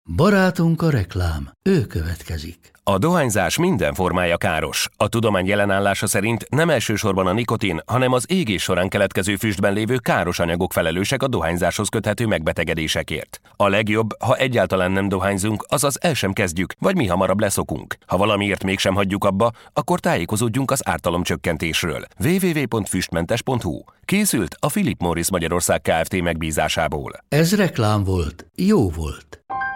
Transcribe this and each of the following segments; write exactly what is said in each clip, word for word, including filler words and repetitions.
Barátunk a reklám, ő következik. A dohányzás minden formája káros. A tudomány jelenállása szerint nem elsősorban a nikotin, hanem az égés során keletkező füstben lévő káros anyagok felelősek a dohányzáshoz köthető megbetegedésekért. A legjobb, ha egyáltalán nem dohányzunk, azaz el sem kezdjük, vagy mi hamarabb leszokunk. Ha valamiért mégsem hagyjuk abba, akkor tájékozódjunk az ártalomcsökkentésről. double-u double-u double-u pont füstmentes pont hu. Készült a Philip Morris Magyarország Kft. Megbízásából. Ez reklám volt, jó volt.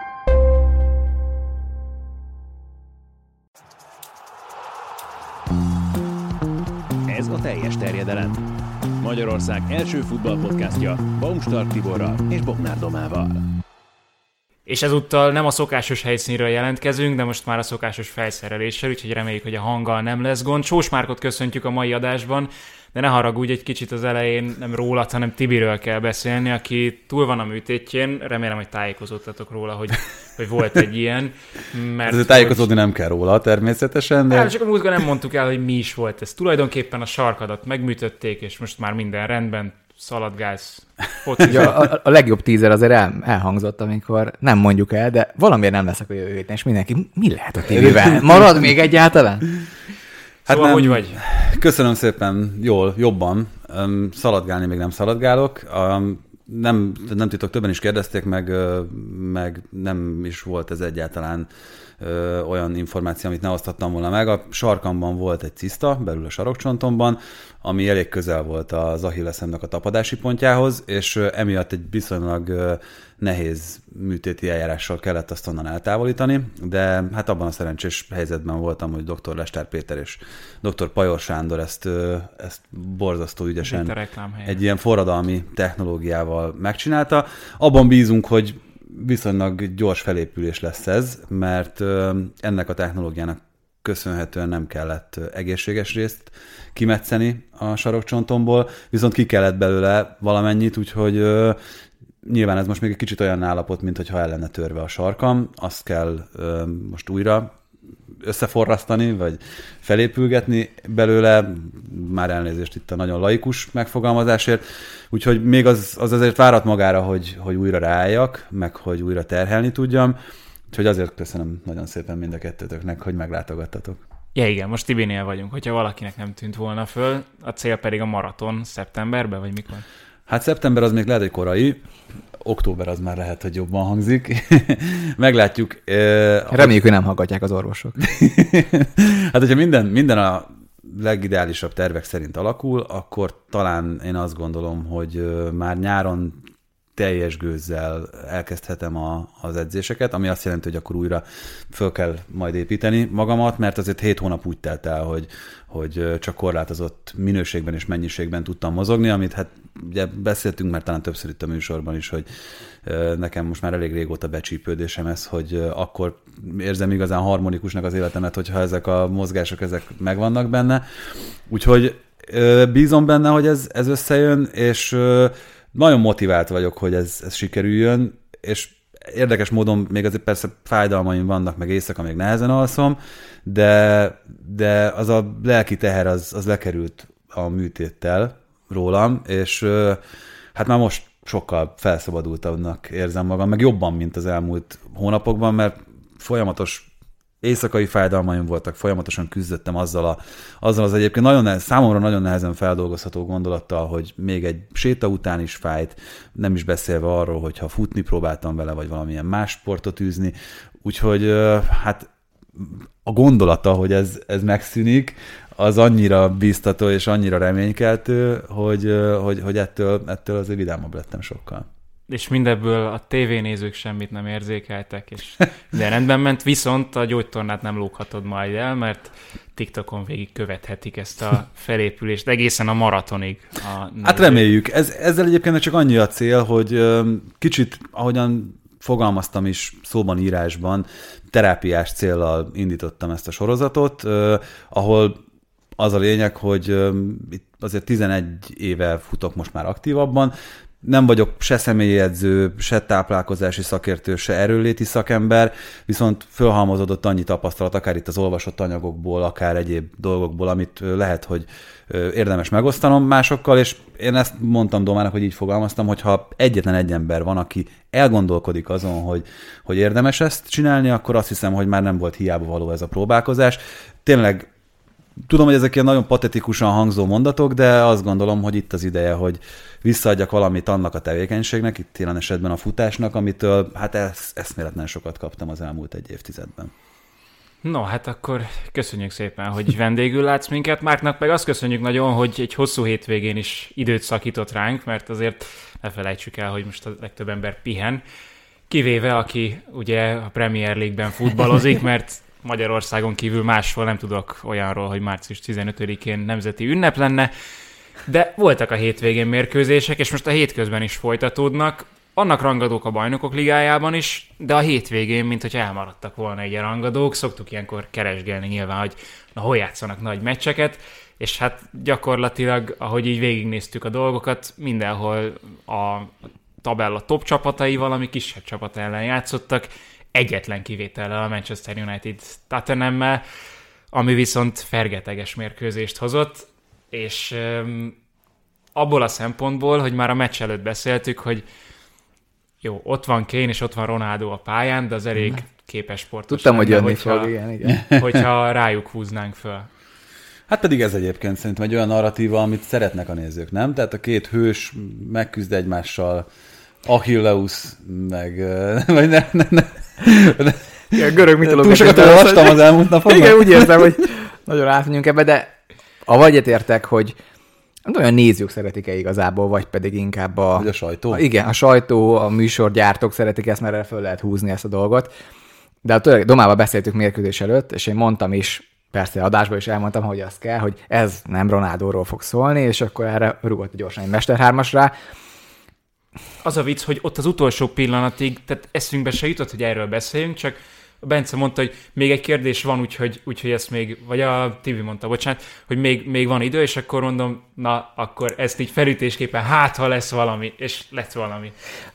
Ez a teljes terjedelem. Magyarország első futballpodcastja Baumstark Tiborral és Bognár Domával. És ezúttal nem a szokásos helyszínről jelentkezünk, de most már a szokásos felszereléssel, úgyhogy reméljük, hogy a hanggal nem lesz gond. Sós Márkot köszöntjük a mai adásban, de ne haragudj, egy kicsit az elején nem rólad, hanem Tibiről kell beszélni, aki túl van a műtétjén. Remélem, hogy tájékozódtatok róla, hogy, hogy volt egy ilyen. Mert ezért tájékozódni nem kell róla természetesen, de... Nem, csak a múltkor nem mondtuk el, hogy mi is volt ez. Tulajdonképpen a sarkadat megműtötték, és most már minden rendben, szaladgálsz, ja, a, a legjobb tízer azért el, elhangzott, amikor nem mondjuk el, de valamiért nem leszek a jövő héten, és mindenki, mi lehet a tévével? Marad még egyáltalán? Hát szóval nem, hogy vagy? Köszönöm szépen, jól, jobban. Um, szaladgálni még nem szaladgálok. Um, nem, nem titok, többen is kérdezték, meg, meg nem is volt ez egyáltalán ö, olyan információ, amit ne osztottam volna meg. A sarkamban volt egy ciszta, belül a sarokcsontomban, ami elég közel volt az Achilleszemnek a tapadási pontjához, és ö, emiatt egy viszonylag ö, nehéz műtéti eljárással kellett azt onnan eltávolítani, de hát abban a szerencsés helyzetben voltam, hogy doktor Lestár Péter és doktor Pajor Sándor ezt, ö, ezt borzasztó ügyesen egy ilyen forradalmi technológiával megcsinálta. Abban bízunk, hogy viszonylag gyors felépülés lesz ez, mert ennek a technológiának köszönhetően nem kellett egészséges részt kimetszeni a sarokcsontomból, viszont ki kellett belőle valamennyit, úgyhogy nyilván ez most még egy kicsit olyan állapot, mint hogyha el lenne törve a sarkam, azt kell most újra összeforrasztani, vagy felépülgetni belőle, már elnézést itt a nagyon laikus megfogalmazásért, úgyhogy még az, az azért várat magára, hogy, hogy újra ráálljak, meg hogy újra terhelni tudjam, úgyhogy azért köszönöm nagyon szépen mind a kettőtöknek, hogy meglátogattatok. Ja igen, most Tibinél vagyunk, hogyha valakinek nem tűnt volna föl, a cél pedig a maraton szeptemberben, vagy mikor? Hát szeptember az még lehet, hogy korai, október az már lehet, hogy jobban hangzik. Meglátjuk. Reméljük, hogy nem hallgatják az orvosok. Hát, hogyha minden, minden a legideálisabb tervek szerint alakul, akkor talán én azt gondolom, hogy már nyáron teljes gőzzel elkezdhetem a, az edzéseket, ami azt jelenti, hogy akkor újra föl kell majd építeni magamat, mert azért hét hónap úgy telt el, hogy, hogy csak korlátozott minőségben és mennyiségben tudtam mozogni, amit hát ugye beszéltünk már talán többször itt a műsorban is, hogy nekem most már elég régóta becsípődésem ez, hogy akkor érzem igazán harmonikusnak az életemet, hogyha ezek a mozgások ezek megvannak benne. Úgyhogy bízom benne, hogy ez, ez összejön, és nagyon motivált vagyok, hogy ez, ez sikerüljön, és érdekes módon még azért persze fájdalmaim vannak, meg éjszaka még nehezen alszom, de, de az a lelki teher az, az lekerült a műtéttel rólam, és hát már most sokkal felszabadultabbnak érzem magam, meg jobban, mint az elmúlt hónapokban, mert folyamatos éjszakai fájdalmaim voltak, folyamatosan küzdöttem azzal, a, azzal az egyébként nagyon nehez, számomra nagyon nehezen feldolgozható gondolattal, hogy még egy séta után is fájt, nem is beszélve arról, hogyha futni próbáltam vele, vagy valamilyen más sportot űzni. Úgyhogy hát a gondolata, hogy ez, ez megszűnik, az annyira bíztató és annyira reménykeltő, hogy, hogy, hogy ettől, ettől azért vidámabb lettem sokkal. És mindebből a tévénézők semmit nem érzékeltek, és de rendben ment, viszont a gyógytornát nem lóghatod majd el, mert TikTokon végig követhetik ezt a felépülést egészen a maratonig. A hát reméljük. Ez, ezzel egyébként csak annyi a cél, hogy kicsit, ahogyan fogalmaztam is szóban, írásban, terápiás céllal indítottam ezt a sorozatot, ahol az a lényeg, hogy itt azért tizenegy éve futok most már aktívabban, nem vagyok se személyi edző, se táplálkozási szakértő, se erőléti szakember, viszont fölhalmozódott annyi tapasztalat, akár itt az olvasott anyagokból, akár egyéb dolgokból, amit lehet, hogy érdemes megosztanom másokkal, és én ezt mondtam Domának, hogy így fogalmaztam, hogy ha egyetlen egy ember van, aki elgondolkodik azon, hogy, hogy érdemes ezt csinálni, akkor azt hiszem, hogy már nem volt hiába való ez a próbálkozás. Tényleg tudom, hogy ezek ilyen nagyon patetikusan hangzó mondatok, de azt gondolom, hogy itt az ideje, hogy visszaadjak valamit annak a tevékenységnek, itt jelen esetben a futásnak, amitől hát esz, eszméletlen sokat kaptam az elmúlt egy évtizedben. No, hát akkor köszönjük szépen, hogy vendégül látsz minket. Márknak meg azt köszönjük nagyon, hogy egy hosszú hétvégén is időt szakított ránk, mert azért ne felejtsük el, hogy most a legtöbb ember pihen, kivéve aki ugye a Premier League-ben futballozik, mert Magyarországon kívül máshol nem tudok olyanról, hogy március tizenötödikén nemzeti ünnep lenne, de voltak a hétvégén mérkőzések, és most a hétközben is folytatódnak. Annak rangadók a Bajnokok Ligájában is, de a hétvégén, mint hogy elmaradtak volna egy a rangadók, szoktuk ilyenkor keresgélni nyilván, hogy na, hol játszanak nagy meccseket, és hát gyakorlatilag, ahogy így végignéztük a dolgokat, mindenhol a tabella top csapatai valami kisebb csapat ellen játszottak, egyetlen kivétellel a Manchester United Tottenhammel, ami viszont fergeteges mérkőzést hozott, és um, abból a szempontból, hogy már a meccs előtt beszéltük, hogy jó, ott van Kane és ott van Ronaldo a pályán, de az elég képes sportos. Tudtam, hogy jönni hogyha, fog, igen, igen. hogyha rájuk húznánk föl. Hát pedig ez egyébként szerintem egy olyan narratíva, amit szeretnek a nézők, nem? Tehát a két hős megküzd egymással, Achilleus, meg... Vagy ne, ne, ne. Igen, görög mitológia. Túl sokat olvastam az elmúlt napokban. Igen, úgy érzem, hogy nagyon átmegyünk ebbe, de avagy egyetértek, hogy nem olyan nézők szeretik-e igazából, vagy pedig inkább a... Vagy a sajtó? A, igen, a sajtó, a műsorgyártók szeretik ezt, mert erre föl lehet húzni ezt a dolgot. De a tőle, Domával beszéltük mérkőzés előtt, és én mondtam is, persze adásban is elmondtam, hogy azt kell, hogy ez nem Ronaldóról fog szólni, és akkor erre rúgott gyorsan egy mesterhármas rá. Az a vicc, hogy ott az utolsó pillanatig, tehát eszünkbe se jutott, hogy erről beszéljünk, csak a Bence mondta, hogy még egy kérdés van, úgyhogy, úgyhogy ezt még, vagy a Tibi mondta, bocsánat, hogy még, még van idő, és akkor mondom, na, akkor ezt így felütésképpen, hát, ha lesz valami, és lett valami.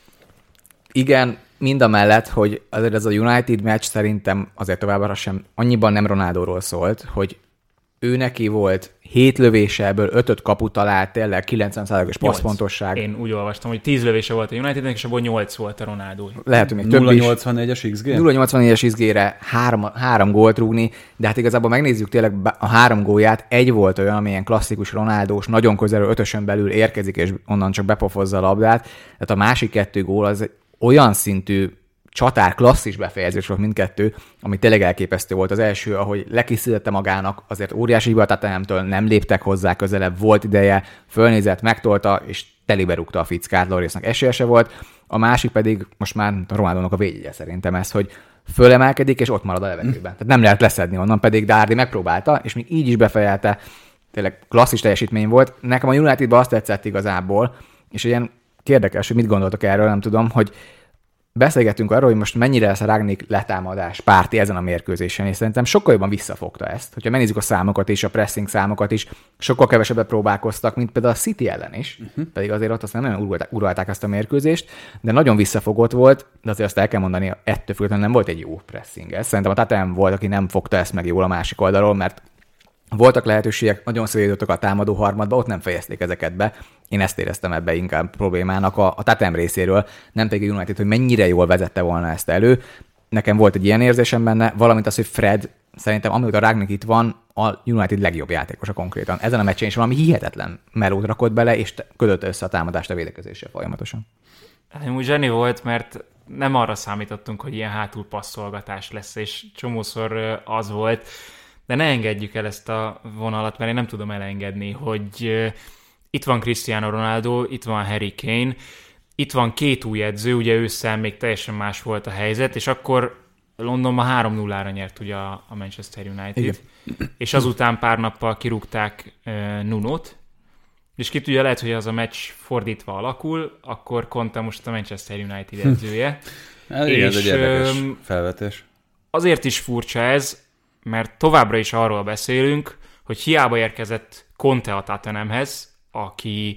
Igen, mind a mellett, hogy azért ez a United meccs szerintem azért továbbra sem annyiban nem Ronaldóról szólt, hogy ő neki volt hét lövése, ebből ötöt kaput talált, tényleg kilencven százalékos passzpontosság. Én úgy olvastam, hogy tíz lövése volt a Unitednek, és abból nyolc volt a Ronaldo. Lehet, hogy még több is. nulla nyolcvannégyes iksz gé? nulla nyolcvannégyes iksz gére három, három gólt rúgni, de hát igazából megnézzük tényleg a három gólját, egy volt olyan, amilyen klasszikus Ronaldós, nagyon közelről ötösön belül érkezik, és onnan csak bepofozza a labdát. Tehát a másik kettő gól az olyan szintű csatár klasszis befejezés volt mindkettő, ami tényleg elképesztő volt. Az első, ahogy lekészítette magának, azért óriási hiba, Tottenhamtől nem léptek hozzá közelebb, volt ideje, fölnézett, megtolta, és telibe rúgta a fickát, Llorisnak esélyese volt. A másik pedig most már a Ronaldónak a védjegye szerintem ez, hogy fölemelkedik, és ott marad a levegőben. Tehát nem lehet leszedni onnan, pedig Dardy megpróbálta, és még így is befejelte. Tényleg klasszis teljesítmény volt. Nekem a Unitedban azt tetszett igazából, és ilyen érdekes, hogy mit gondoltok erről, nem tudom, hogy beszélgettünk arról, hogy most mennyire lesz a Rangnick letámadás párti ezen a mérkőzésen, és szerintem sokkal jobban visszafogta ezt. Hogyha megnézzük a számokat is, a pressing számokat is, sokkal kevesebbet próbálkoztak, mint például a City ellen is, uh-huh. pedig azért ott azt nem nagyon uralták, uralták ezt a mérkőzést, de nagyon visszafogott volt, de azért azt el kell mondani, ettől függetlenül nem volt egy jó pressing. Ez. Szerintem a Tottenham volt, aki nem fogta ezt meg jól a másik oldalról, mert voltak lehetőségek, nagyon szédültek a támadó harmadba, ott nem fejezték ezeket be. Én ezt éreztem ebbe inkább problémának a, a Tottenham részéről, nem pedig a United, hogy mennyire jól vezette volna ezt elő. Nekem volt egy ilyen érzésem benne, valamint az, hogy Fred, szerintem amióta Rangnick itt van, a United legjobb játékosa konkrétan. Ezen a meccsen is valami hihetetlen melót rakott bele, és ködötte össze a támadást a védekezéssel folyamatosan. Úgy zseni volt, mert nem arra számítottunk, hogy ilyen hátul passzolgatás lesz, és csomószor az volt, de ne engedjük el ezt a vonalat, mert én nem tudom elengedni, hogy itt van Cristiano Ronaldo, itt van Harry Kane, itt van két új edző, ugye ősszel még teljesen más volt a helyzet, és akkor Londonban három nullára nyert ugye a Manchester United, igen. És azután pár nappal kirúgták uh, Nunót, és ki tudja, lehet, hogy az a meccs fordítva alakul, akkor Conte most a Manchester United edzője. Ez egy érdekes felvetés. Azért is furcsa ez, mert továbbra is arról beszélünk, hogy hiába érkezett Conte a Tottenhamhez, aki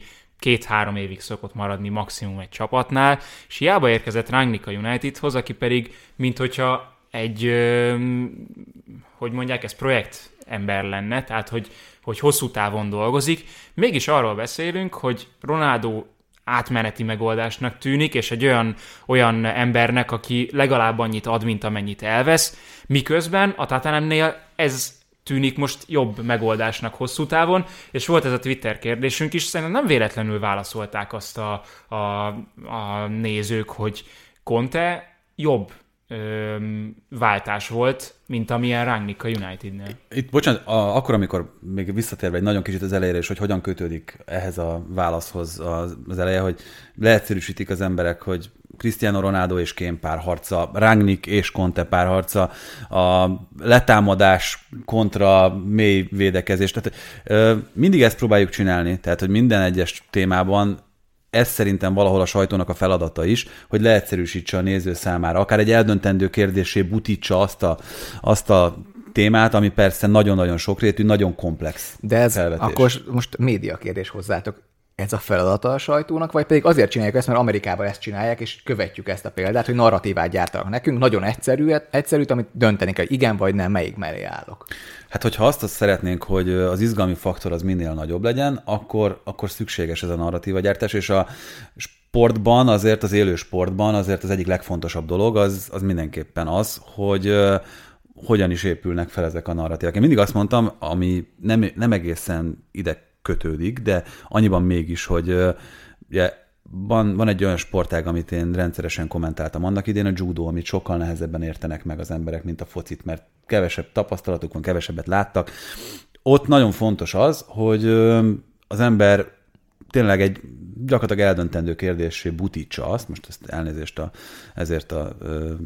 két-három évig szokott maradni maximum egy csapatnál, és hiába érkezett Rangnick a Unitedhoz, aki pedig, mint hogyha egy, ö, hogy mondják, ez projektember lenne, tehát hogy, hogy hosszú távon dolgozik. Mégis arról beszélünk, hogy Ronaldo átmeneti megoldásnak tűnik, és egy olyan, olyan embernek, aki legalább annyit ad, mint amennyit elvesz, miközben a Tottenhamnél ez tűnik most jobb megoldásnak hosszú távon, és volt ez a Twitter kérdésünk is, szerintem nem véletlenül válaszolták azt a, a, a nézők, hogy Conte jobb ö, váltás volt, mint amilyen Rangnick a Unitednél. Itt, bocsánat, a, akkor, amikor még visszatérve egy nagyon kicsit az elejére, és hogy hogyan kötődik ehhez a válaszhoz az, az eleje, hogy leegyszerűsítik az emberek, hogy Cristiano Ronaldo és Kane párharca, Rangnick és Conte párharca, a letámadás kontra mély védekezés. Tehát ö, mindig ezt próbáljuk csinálni, tehát hogy minden egyes témában ez szerintem valahol a sajtónak a feladata is, hogy leegyszerűsítse a néző számára. Akár egy eldöntendő kérdésé butítsa azt a, azt a témát, ami persze nagyon-nagyon sokrétű, nagyon komplex. De ez felvetés. akkor most média kérdés hozzátok. Ez a feladata a sajtónak, vagy pedig azért csinálják ezt, mert Amerikában ezt csinálják, és követjük ezt a példát, hogy narratívát gyártanak nekünk, nagyon egyszerű, egyszerűt, amit dönteni kell, hogy igen vagy nem, melyik mellé állok. Hát, hogyha azt, azt szeretnénk, hogy az izgalmi faktor az minél nagyobb legyen, akkor, akkor szükséges ez a narratíva gyártás, és a sportban, azért az élő sportban azért az egyik legfontosabb dolog az, az mindenképpen az, hogy uh, hogyan is épülnek fel ezek a narratívák. Én mindig azt mondtam, ami nem, nem egészen ide kötődik, de annyiban mégis, hogy uh, ugye, van, van egy olyan sportág, amit én rendszeresen kommentáltam annak idén, a judo, amit sokkal nehezebben értenek meg az emberek, mint a focit, mert kevesebb tapasztalatuk van, kevesebbet láttak. Ott nagyon fontos az, hogy uh, az ember tényleg egy gyakorlatilag eldöntendő kérdésé butítsa azt, most ezt elnézést a, ezért a,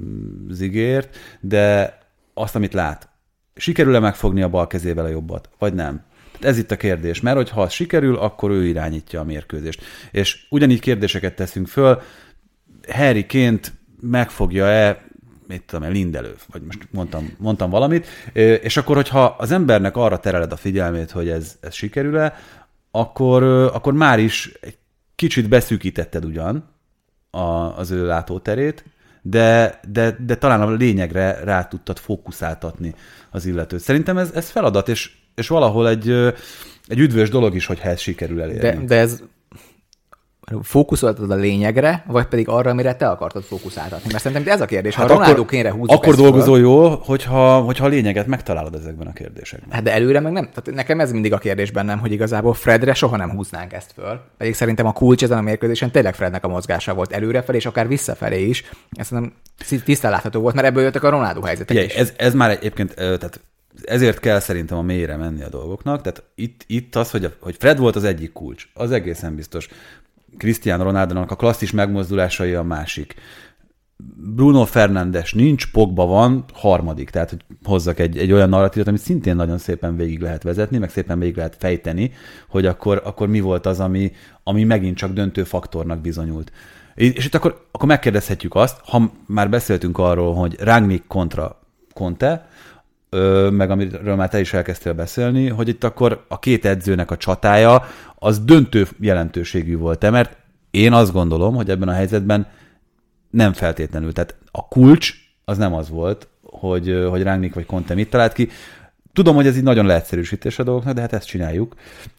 az igért, de azt, amit lát. Sikerül-e megfogni a bal kezével a jobbat, vagy nem? Tehát ez itt a kérdés, mert hogyha az sikerül, akkor ő irányítja a mérkőzést. És ugyanígy kérdéseket teszünk föl, Harry Kane-t megfogja-e, mit tudom, Lindelöf, vagy most mondtam, mondtam valamit, és akkor, hogyha az embernek arra tereled a figyelmét, hogy ez, ez sikerül-e, akkor, akkor már is egy kicsit beszűkítetted ugyan a, az ő látóterét, de, de, de talán a lényegre rá tudtad fókuszáltatni az illetőt. Szerintem ez, ez feladat, és, és valahol egy, egy üdvös dolog is, hogyha ez sikerül elérni. De, de ez fókuszoltad a lényegre, vagy pedig arra, amire te akartad fókuszáltatni? Mert szerintem ez a kérdés. Ha hát Ronaldo Kane-re húzzuk akkor dolgozol jól, hogyha, hogyha a lényeget megtalálod ezekben a kérdésekben. Hát de előre meg nem. Tehát nekem ez mindig a kérdés bennem, hogy igazából Fredre soha nem húznánk ezt föl. Pedig szerintem a kulcs ezen a mérkőzésen tényleg Frednek a mozgása volt előrefelé, és akár visszafelé is. Ez nem tisztán látható volt, mert ebből jöttek a Ronaldo helyzetek Ugye, is. Ez, ez már egyébként, tehát ezért kell szerintem a mélyre menni a dolgoknak. Tehát itt, itt az, hogy, a, hogy Fred volt az egyik kulcs, az egészen biztos. Cristiano Ronaldónak a klasszis megmozdulásai a másik. Bruno Fernandes nincs, Pogba van, harmadik. Tehát, hogy hozzak egy, egy olyan narratívot, amit szintén nagyon szépen végig lehet vezetni, meg szépen végig lehet fejteni, hogy akkor, akkor mi volt az, ami, ami megint csak döntő faktornak bizonyult. És itt akkor, akkor megkérdezhetjük azt, ha már beszéltünk arról, hogy Rangnick kontra Conte, meg amiről már te is elkezdtél beszélni, hogy itt akkor a két edzőnek a csatája az döntő jelentőségű volt, mert én azt gondolom, hogy ebben a helyzetben nem feltétlenül. Tehát a kulcs az nem az volt, hogy, hogy Rangnick vagy Conte mit talált ki. Tudom, hogy ez így nagyon leegyszerűsítés a dolgoknak, de hát ezt csináljuk.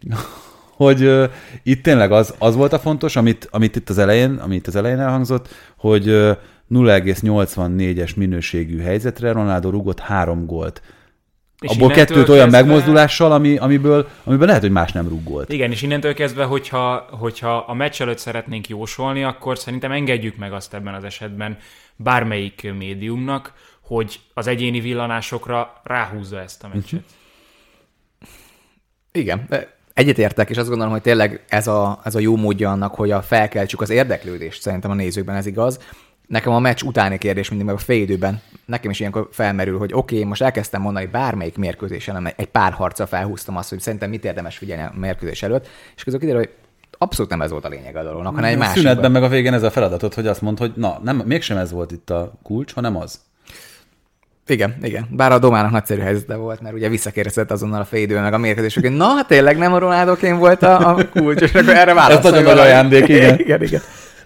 Hogy uh, itt tényleg az, az volt a fontos, amit, amit itt az elején, amit az elején elhangzott, hogy uh, nulla egész nyolcvannégyes minőségű helyzetre Ronaldo rúgott három gólt. És abból kettőt olyan kezdve... megmozdulással, ami, amiből, amiből lehet, hogy más nem rúg gólt. Igen, és innentől kezdve, hogyha, hogyha a meccs előtt szeretnénk jósolni, akkor szerintem engedjük meg azt ebben az esetben bármelyik médiumnak, hogy az egyéni villanásokra ráhúzza ezt a meccset. Igen, egyetértek, és azt gondolom, hogy tényleg ez a, ez a jó módja annak, hogy a felkeltsük az érdeklődést, szerintem a nézőkben ez igaz. Nekem a meccs utáni kérdés mindig meg a fél időben, nekem is ilyenkor felmerül, hogy oké, okay, most elkezdtem mondani bármelyik mérkőzésen, egy pár harcra felhúztam azt, hogy szerintem mit érdemes figyelni a mérkőzés előtt, és közül kiderül, hogy abszolút nem ez volt a lényeg a dolognak, hanem egy másik. Szünetben meg a végén ez a feladatot, hogy azt mondd, hogy na, nem, mégsem ez volt itt a kulcs, hanem az. Igen, igen. Bár a Domának nagyszerű helyzete volt, mert ugye visszakérdezett azonnal a fél időn meg a mérkőzés, hogy na, hát tényleg nem a Ronaldóként volt a, a kulcs, és akkor erre válaszolja. Ez nagyon nagy ajándék, igen. igen, igen.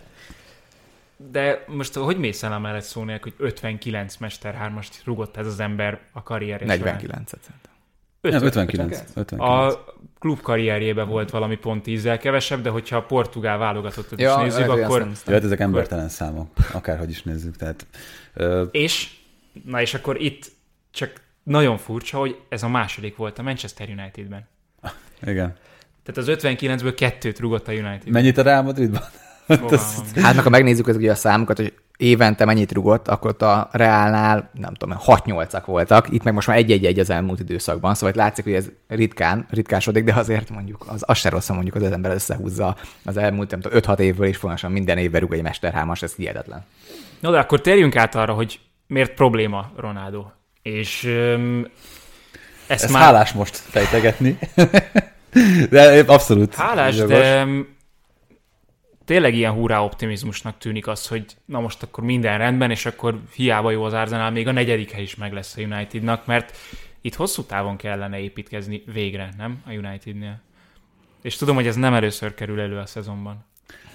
De most hogy mész el amellett szó nélkül, hogy ötvenkilenc mesterhármast rúgott ez az ember a karrierje negyvenkilencet szerintem. Nem, ötvenkilenc. A klub karrierjében volt valami pont tízzel kevesebb, de hogyha a portugál válogatottat ja, is nézzük, akkor... Ja, hát ezek embertelen számok, akárhogy is nézzük. Tehát, ö... És, na és akkor itt csak nagyon furcsa, hogy ez a második volt a Manchester Unitedben. Igen. Tehát az ötvenkilencből kettőt rúgott a United. Mennyit a Real Madridban? Hát meg ha megnézzük az, ugye a számokat, hogy évente mennyit rugott, akkor ott a Reálnál, nem tudom, hat-nyolcak voltak, itt meg most már egy-egy-egy az elmúlt időszakban, szóval itt látszik, hogy ez ritkán, ritkásodik, de azért mondjuk az, az se rossz, mondjuk az ember összehúzza az elmúlt, nem tudom, öt-hat évből is folyamatosan minden évben rúg egy mesterhármas, ez hihetetlen. No, de akkor térjünk át arra, hogy miért probléma Ronaldo. És öm, ezt Ez már... hálás most fejtegetni. De abszolút. Hálás, jogos. de tényleg ilyen hurrá optimizmusnak tűnik az, hogy na most akkor minden rendben, és akkor hiába jó az Arsenal, még a negyedik hely is meg lesz a Unitednak, mert itt hosszú távon kellene építkezni végre, nem? A Unitednél. És tudom, hogy ez nem először kerül elő a szezonban.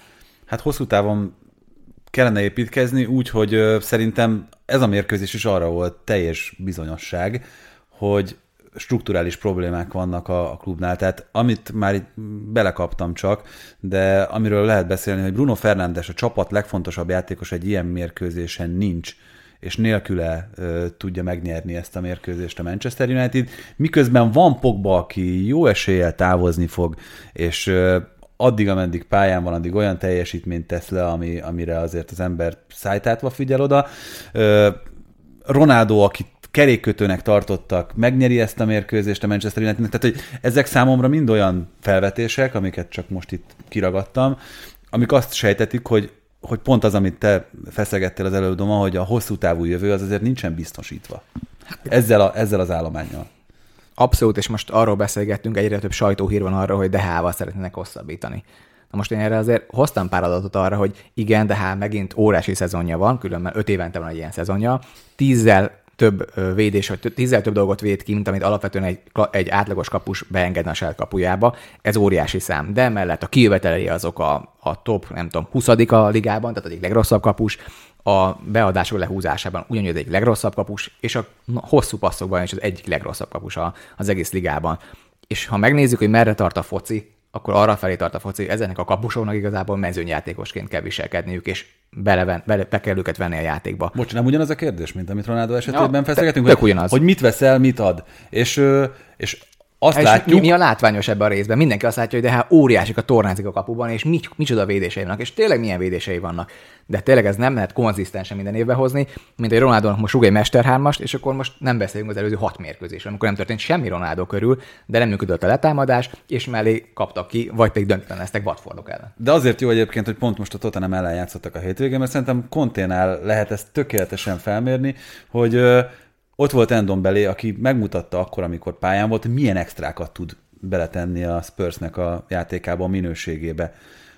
Hát hosszú távon kellene építkezni, úgyhogy ö, szerintem ez a mérkőzés is arra volt teljes bizonyosság, hogy strukturális problémák vannak a, a klubnál. Tehát amit már itt belekaptam csak, de amiről lehet beszélni, hogy Bruno Fernandes, a csapat legfontosabb játékos egy ilyen mérkőzésen nincs, és nélküle ö, tudja megnyerni ezt a mérkőzést a Manchester United, miközben van Pogba, aki jó eséllyel távozni fog, és ö, addig, ameddig pályán van, addig olyan teljesítményt tesz le, ami, amire azért az ember szájtátva figyel oda. Ö, Ronaldo, akit kerékkötőnek tartottak, megnyeri ezt a mérkőzést a Manchester Unitednek, tehát hogy ezek számomra mind olyan felvetések, amiket csak most itt kiragadtam, amik azt sejtetik, hogy, hogy pont az, amit te feszegettél az előbb, Doma, hogy a hosszú távú jövő az azért nincsen biztosítva. Ezzel, a, ezzel az állománnyal. Abszolút, és most arról beszélgettünk, egyre több sajtóhír van arra, hogy de hával szeretnének hosszabbítani. Na most én erre azért hoztam pár adatot arra, hogy igen, de hát megint órási szezonja van, különben öt évente van egy ilyen szezonja, tízzel több védés, vagy tízzel több dolgot véd ki, mint amit alapvetően egy, egy átlagos kapus beengedne a saját kapujába. Ez óriási szám. De mellett a kijövetelei azok a, a top, nem tudom, huszadik a ligában, tehát egyik legrosszabb kapus, a beadások lehúzásában ugyanúgy az egyik legrosszabb kapus, és a hosszú passzokban is az egyik legrosszabb kapus az egész ligában. És ha megnézzük, hogy merre tart a foci, akkor arra felé tart a foci, ezeknek a kapusoknak igazából mezőnyjátékosként kell viselkedniük, és beleven, bele, be kell őket venni a játékba. Bocs, nem ugyanaz a kérdés, mint amit Ronaldo esetében ja, feszegetünk, tök hogy, ugyanaz. hogy mit veszel, mit ad. És, és azt és látjuk... Mi, mi a látványos ebben a részben? Mindenki azt látja, hogy de hát óriásik a tornázik a kapuban, és mi, micsoda védései vannak, és tényleg milyen védései vannak. De tényleg ez nem lehet konzisztensen minden évben hozni, mint egy Ronaldónak most rúg egy mesterhármast, és akkor most nem beszélünk az előző hat mérkőzésről, amikor nem történt semmi Ronaldo körül, de nem működött a letámadás, és mellé kaptak ki, vagy pedig döntően lesztek Watfordok ellen. De azért jó egyébként, hogy pont most a Tottenham ellen játszottak a hétvégén, mert szerintem Conténál lehet ezt tökéletesen felmérni, hogy ö, ott volt Ndombele, aki megmutatta akkor, amikor pályán volt, hogy milyen extrákat tud beletenni a Spursnek a játékába, a minőségébe.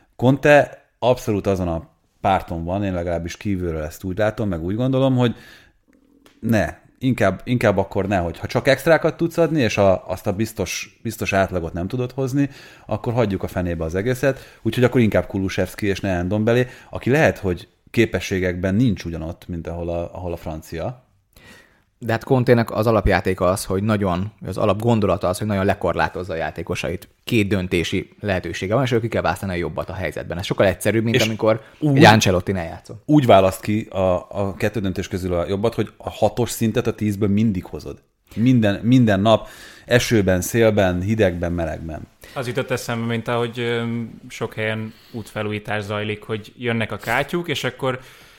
Conte abszolút azon a párton van, én legalábbis kívülről ezt úgy látom, meg úgy gondolom, hogy ne, inkább, inkább akkor ne, hogy ha csak extrákat tudsz adni, és a, azt a biztos, biztos átlagot nem tudod hozni, akkor hagyjuk a fenébe az egészet, úgyhogy akkor inkább Kulusevski és ne Ndombele, aki lehet, hogy képességekben nincs ugyanott, mint ahol a, ahol a francia. De hát Contének az alapjátéka az, hogy nagyon, az alapgondolata az, hogy nagyon lekorlátozza a játékosait. Két döntési lehetősége van, és ő ki kell választani a jobbat a helyzetben. Ez sokkal egyszerűbb, mint és amikor úgy, egy Ancelotti-nál játszol. Úgy választ ki a, a kettő döntés közül a jobbat, hogy a hatos szintet a tízből mindig hozod. Minden, minden nap, esőben, szélben, hidegben, melegben. Az jutott eszembe, mint ahogy sok helyen útfelújítás zajlik, hogy jönnek a kátyúk, és akkor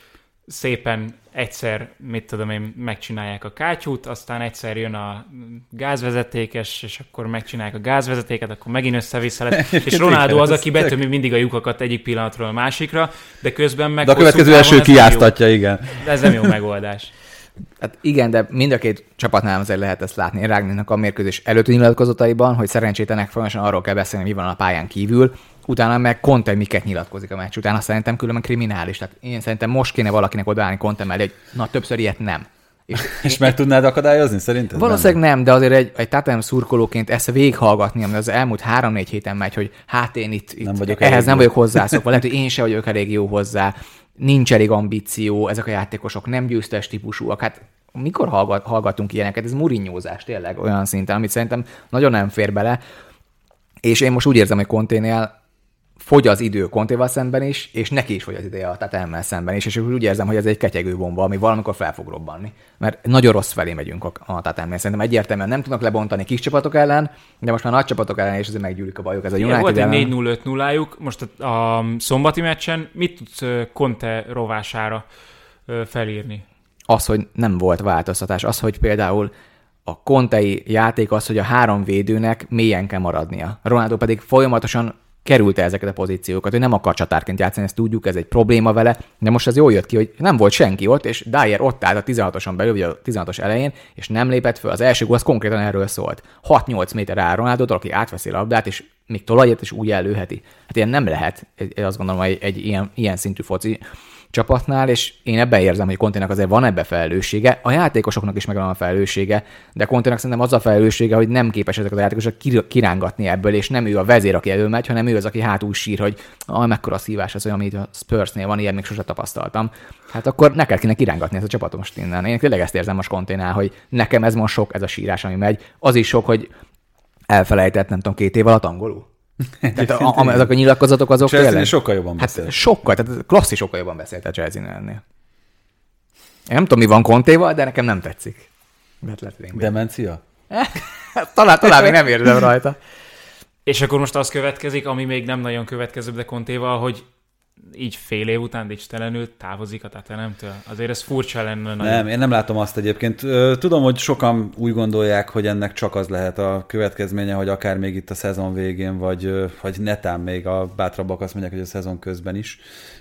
szépen egyszer, mit tudom én, megcsinálják a kátyút, aztán egyszer jön a gázvezetékes, és akkor megcsinálják a gázvezetéket, akkor megint össze-vissza. És Ronaldo az, aki betömi mindig a lyukakat egyik pillanatról a másikra, de közben meg... De a következő eső kiáztatja, igen. De ez nem jó megoldás. Hát igen, de mind a két csapatnál azért lehet ezt látni. Rágnének a mérkőzés előtti nyilatkozataiban, hogy szerencsétlenek folyamatosan arról kell beszélni, mi van a pályán kívül, utána meg Conte miket nyilatkozik a meccs után, azt szerintem különben kriminális. Tehát én szerintem most kéne valakinek odaállni Conte mellé, hogy na többször ilyet nem. És, és meg tudnád akadályozni szerinted? Valószínűleg nem, de azért egy, egy Tottenham szurkolóként ezt végighallgatni, ami az elmúlt három-négy héten megy, hogy hát én itt, itt nem ehhez nem vagyok hozzászokva, lehet, hogy én sem vagyok elég jó hozzá, nincs elég ambíció, ezek a játékosok nem győztes típusúak, hát mikor hallgat, hallgatunk ilyeneket? Ez murinyózás tényleg olyan szinten, amit szerintem nagyon nem fér bele, és én most úgy érzem, hogy Conténél fogy az idő Contéval szemben is, és neki is fogy az ideje a Tottenhammel szemben is, és úgy érzem, hogy ez egy ketyegő bomba, ami valamikor fel fog robbanni. Mert nagyon rossz felé megyünk a, a Tottenhammel. Szerintem egyértelműen nem tudnak lebontani kis csapatok ellen, de most már nagy csapatok ellen is azért meggyűlik a bajok. Ez a United volt egy ellen... négy nulla öt nullájuk, most a, a szombati meccsen mit tudsz Conte rovására felírni? Az, hogy nem volt változtatás. Az, hogy például a Contei játék az, hogy a három védőnek mélyen kell maradnia. Ronaldo pedig folyamatosan kerülte ezeket a pozíciókat, hogy nem akar csatárként játszani, ezt tudjuk, ez egy probléma vele, de most az jól jött ki, hogy nem volt senki ott, és Dyer ott állt a tizenhatoson belül, vagy a tizenhatos elején, és nem lépett föl. Az első gól az konkrétan erről szólt. hat-nyolc méter áll Ronaldótól, aki átveszi a labdát, és még tolajért, és úgy előheti. Hát ilyen nem lehet, én azt gondolom, hogy egy, egy ilyen, ilyen szintű foci csapatnál, és én ebben érzem, hogy Contének azért van ebbe felelőssége, a játékosoknak is megvan a felelőssége, de Contének szerintem az a felelőssége, hogy nem képes ezeket a játékosok kirángatni ebből, és nem ő a vezér, aki előmegy, hanem ő az, aki hátul sír, hogy ah, mekkora szívás az, amit a Spursnél van, ilyen még sose tapasztaltam. Hát akkor neked kéne kirángatni ezt a csapatot most innen. Én tényleg ezt érzem most Conténál, hogy nekem ez most sok, ez a sírás, ami megy. Az is sok, hogy elfelejtett, nem tudom, két év alatt angolul. Tehát a, a, ezek a nyilatkozatok azok tényleg... sokkal jobban beszélt. Hát sokkal, tehát Klasszi sokkal jobban beszélt a Chelsea-nél. Én nem tudom, mi van Contéval, de nekem nem tetszik. Demencia? talán, talán még nem érzem rajta. És akkor most az következik, ami még nem nagyon következőbb, de Contéval, hogy így fél év után dicstelenül távozik a Tottenhamtől. Azért ez furcsa lenne. Nem, nagyon. Én nem látom azt egyébként. Tudom, hogy sokan úgy gondolják, hogy ennek csak az lehet a következménye, hogy akár még itt a szezon végén, vagy, vagy netán még a bátrabbak azt mondják, hogy a szezon közben is.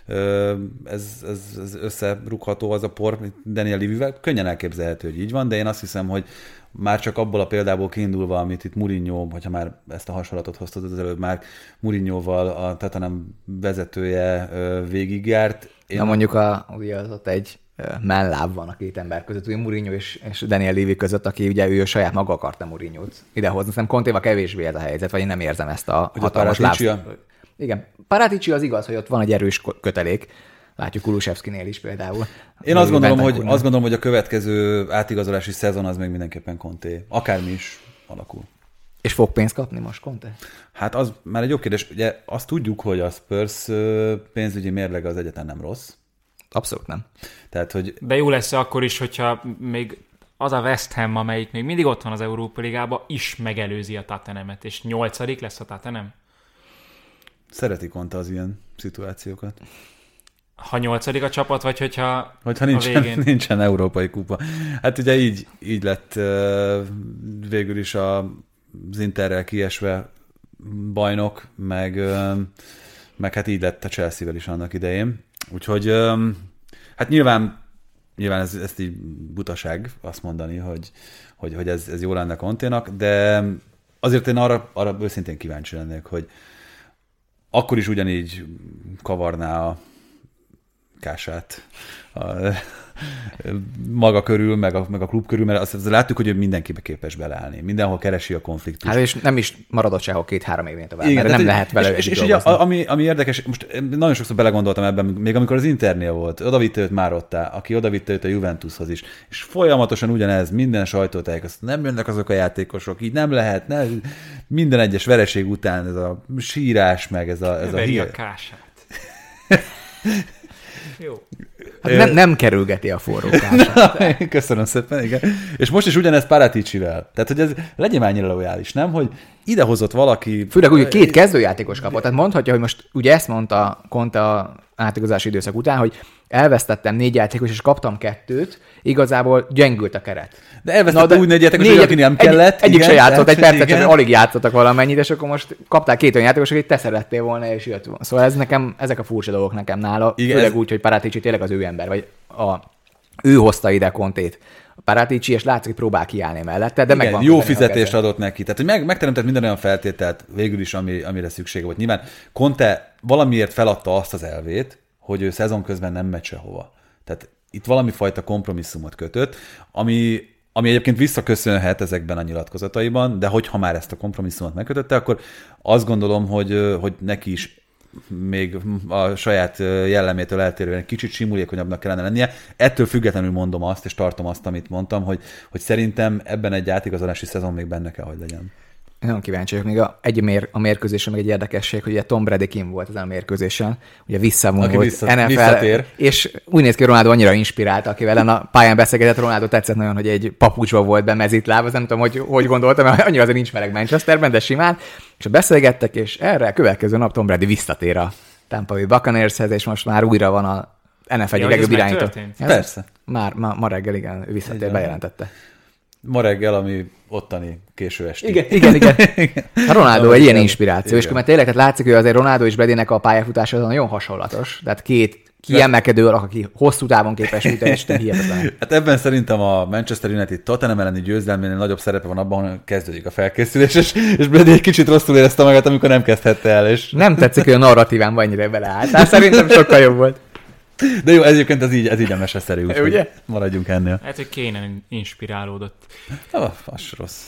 Ez, ez, ez összerúgható az a por Daniel Levyvel. Könnyen elképzelhető, hogy így van, de én azt hiszem, hogy már csak abból a példából kiindulva, amit itt Mourinho, hogyha már ezt a hasonlatot hoztad az előbb, már Mourinhoval a Tottenham vezetője végigjárt. Én... Na mondjuk a, ugye az ott egy melláv van a két ember között, ugye Mourinho és, és Daniel Levy között, aki ugye ő saját maga akarta Mourinhot idehozni. Szerintem Contéval kevésbé ez a helyzet, vagy én nem érzem ezt a ugye hatalmas láb. Igen, Paratici az igaz, hogy ott van egy erős kötelék. Látjuk Kulusevskinél is például. Én azt gondolom, hogy, azt gondolom, hogy a következő átigazolási szezon az még mindenképpen Conté. Akármi is alakul. És fog pénzt kapni most Conté? Hát az már egy jobb kérdés. Ugye azt tudjuk, hogy a Spurs pénzügyi mérlege az egyetlen nem rossz. Abszolút nem. Tehát, hogy... De jó lesz akkor is, hogyha még az a West Ham, amelyik még mindig ott van az Európa Ligában, is megelőzi a Tottenhamet, és nyolcadik lesz a Tottenham? Szereti Conte az ilyen szituációkat. Ha nyolcadik a csapat, vagy hogyha Hogyha nincsen, a végén... nincsen európai kupa. Hát ugye így, így lett uh, végül is a, az Interrel kiesve bajnok, meg, uh, meg hát így lett a Chelsea-vel is annak idején. Úgyhogy um, hát nyilván, nyilván ez, ez így butaság azt mondani, hogy, hogy, hogy ez, ez jó lenne Conténak, de azért én arra, arra őszintén kíváncsi lennék, hogy akkor is ugyanígy kavarná a kását a, maga körül, meg a, meg a klub körül, mert azt, azt láttuk, hogy ő mindenkibe képes beleállni. Mindenhol keresi a konfliktust. Hát és nem is maradott sehol két-három évén tovább, igen, mert nem lehet vele És, és, és ugye, ami, ami érdekes, most nagyon sokszor belegondoltam ebben, még amikor az Internél volt, odavitte őt Márottá, aki odavitte őt a Juventushoz is, és folyamatosan ugyanez, minden sajtótájék, azt nem jönnek azok a játékosok, így nem lehet, ne, minden egyes vereség után ez a sírás, meg ez a... Ez Veri a, a kását. Jó. Hát nem, nem kerülgeti a forrókását. Köszönöm szépen, igen. És most is ugyanez Paraticivel. Tehát, hogy ez legyen annyira lojális, nem? Hogy idehozott valaki... Főleg úgy, hogy két kezdőjátékos kapott. Tehát mondhatja, hogy most ugye ezt mondta Conte a átigazolási időszak után, hogy elvesztettem négy játékos, és kaptam kettőt, igazából gyengült a keret. De elvesztette úgy négy játékos, aki nem kellett. Egy, egyik se játszott, egy percet csak alig játszottak valamennyit, és akkor most kaptál két olyan játékos, akit te szerettél volna, és jött volna. Szóval ez nekem, ezek a furcsa dolgok nekem nála. Igen, főleg ez... úgy, hogy Paratici tényleg az ő ember, vagy a, ő hozta ide Contét. Paratici, és látszik, hogy próbál kiállni mellette, de megvan. Jó fizetést adott neki. Tehát, hogy meg, megteremtett minden olyan feltételt végül is, ami, amire szüksége volt. Nyilván Conte valamiért feladta azt az elvét, hogy ő szezon közben nem megy sehova. Tehát itt valami fajta kompromisszumot kötött, ami, ami egyébként visszaköszönhet ezekben a nyilatkozataiban, de hogyha már ezt a kompromisszumot megkötötte, akkor azt gondolom, hogy, hogy neki is még a saját jellemétől eltérően egy kicsit simulékonyabbnak kellene lennie. Ettől függetlenül mondom azt, és tartom azt, amit mondtam, hogy, hogy szerintem ebben egy átigazolási szezon még benne kell, hogy legyen. Nagyon kíváncsi vagyok. Még a, egy mér, a mérkőzésen még egy érdekesség, hogy ugye Tom Brady kim volt ezen a mérkőzésen, ugye visszavonult vissza, en ef el, visszatér. És úgy néz ki, Ronaldo annyira inspirált, akivel a pályán beszélgetett, Ronaldo tetszett nagyon, hogy egy papucsba volt be mezitláb, az nem tudom, hogy hogy gondoltam, mert annyira azért nincs meleg Manchesterben, de simán, és beszélgettek, és erre a következő nap Tom Brady visszatér a Tampa Bay Buccaneershez, és most már újra van a en ef el egyik legjobb irányító. Persze. Már ma, ma reggel, igen, ő visszatér, bejelentette. Ma reggel, ami ottani késő esti. Igen, igen, igen. A Ronaldo egy ilyen inspiráció, igen. És akkor tényleg tehát látszik, hogy azért Ronaldo és Bradynek a pályafutása nagyon hasonlatos. Tehát két kiemelkedő alak, aki hosszú távon képes úgy teljesen hihetetlen. Hát ebben szerintem a Manchester United Tottenham elleni győzelménél nagyobb szerepe van abban, hogy kezdődik a felkészülés, és, és Brady egy kicsit rosszul érezte magát, amikor nem kezdhette el. És... Nem tetszik, hogy a narratívában ennyire beleállt. Hát szerintem sokkal jobb volt. De jó, egyébként ez így, ez így a meseszerű, úgyhogy maradjunk ennél. Hát, hogy Kane inspirálódott. Ah, az rossz.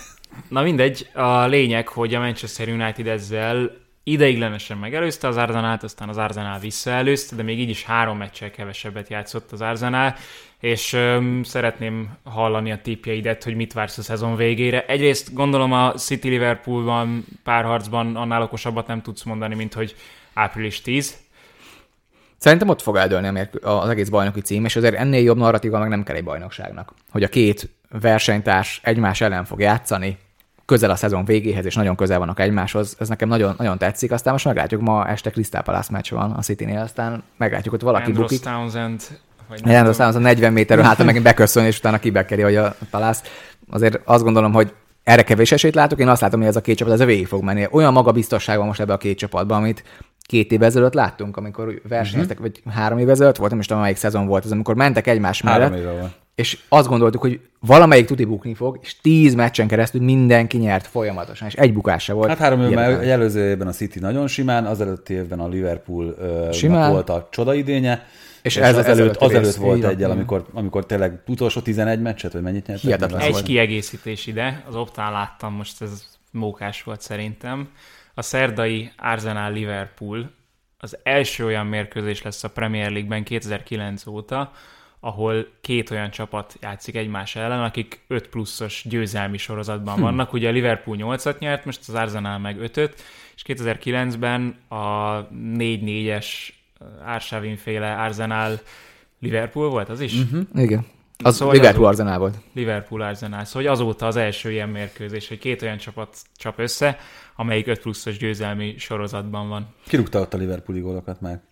Na mindegy, a lényeg, hogy a Manchester United ezzel ideiglenesen megelőzte az Arsenalt, aztán az Arsenal visszaelőzte, de még így is három meccsel kevesebbet játszott az Arsenal, és öm, szeretném hallani a tippjeidet, hogy mit vársz a szezon végére. Egyrészt gondolom a City-Liverpoolban párharcban annál okosabbat nem tudsz mondani, mint hogy április tíz. Szerintem ott fog eldőlni a mérkő, az egész bajnoki cím, és azért ennél jobb narratíva meg nem kell egy bajnokságnak. Hogy a két versenytárs egymás ellen fog játszani, közel a szezon végéhez, és nagyon közel vannak egymáshoz, ez nekem nagyon, nagyon tetszik. Aztán most meglátjuk, ma este Crystal Palace meccs van a Citynél, aztán meglátjuk, hogy valaki Andros bukik. Townsend, Andros Townsend negyven méterről hátra megint beköszön, és utána kibekeri, hogy a Palace. Azért azt gondolom, hogy erre kevés esélyt látok, én azt látom, hogy ez a két csapat ez a végig fog menni. Olyan magabiztosság van most ebben a két csapatban, amit két évvel ezelőtt láttunk, amikor versenyeztek, uh-huh. vagy három évvel ezelőtt volt, nem is tudom, melyik szezon volt ez, amikor mentek egymás mellett, és azt gondoltuk, hogy valamelyik tuti bukni fog, és tíz meccsen keresztül mindenki nyert folyamatosan, és egy bukása volt. Hát három évben, egy előző évben a City nagyon simán, az előtti évben a Liverpool simán. Volt a csodaidénye, és, és ez az előtt, az előtt volt igen. egyel, amikor, amikor tényleg utolsó tizenegy meccset, vagy mennyit nyert? Egy kiegészítés ide, az optán láttam, most ez mókás volt szerintem. A szerdai Arsenal-Liverpool az első olyan mérkőzés lesz a Premier League-ben kétezer-kilenc óta, ahol két olyan csapat játszik egymás ellen, akik öt pluszos győzelmi sorozatban hm. vannak. Ugye a Liverpool nyolcat nyert, most az Arsenal meg ötöt, és kétezer-kilencben a négy négyes Arshavin-féle Arsenal Liverpool volt az is? Uh-huh. Igen. Az szóval Liverpool Arsenal volt. Liverpool Arsenal. Szóval azóta az első ilyen mérkőzés, hogy két olyan csapat csap össze, amelyik öt pluszos győzelmi sorozatban van. Ki rúgta ott a Liverpooli gólokat már?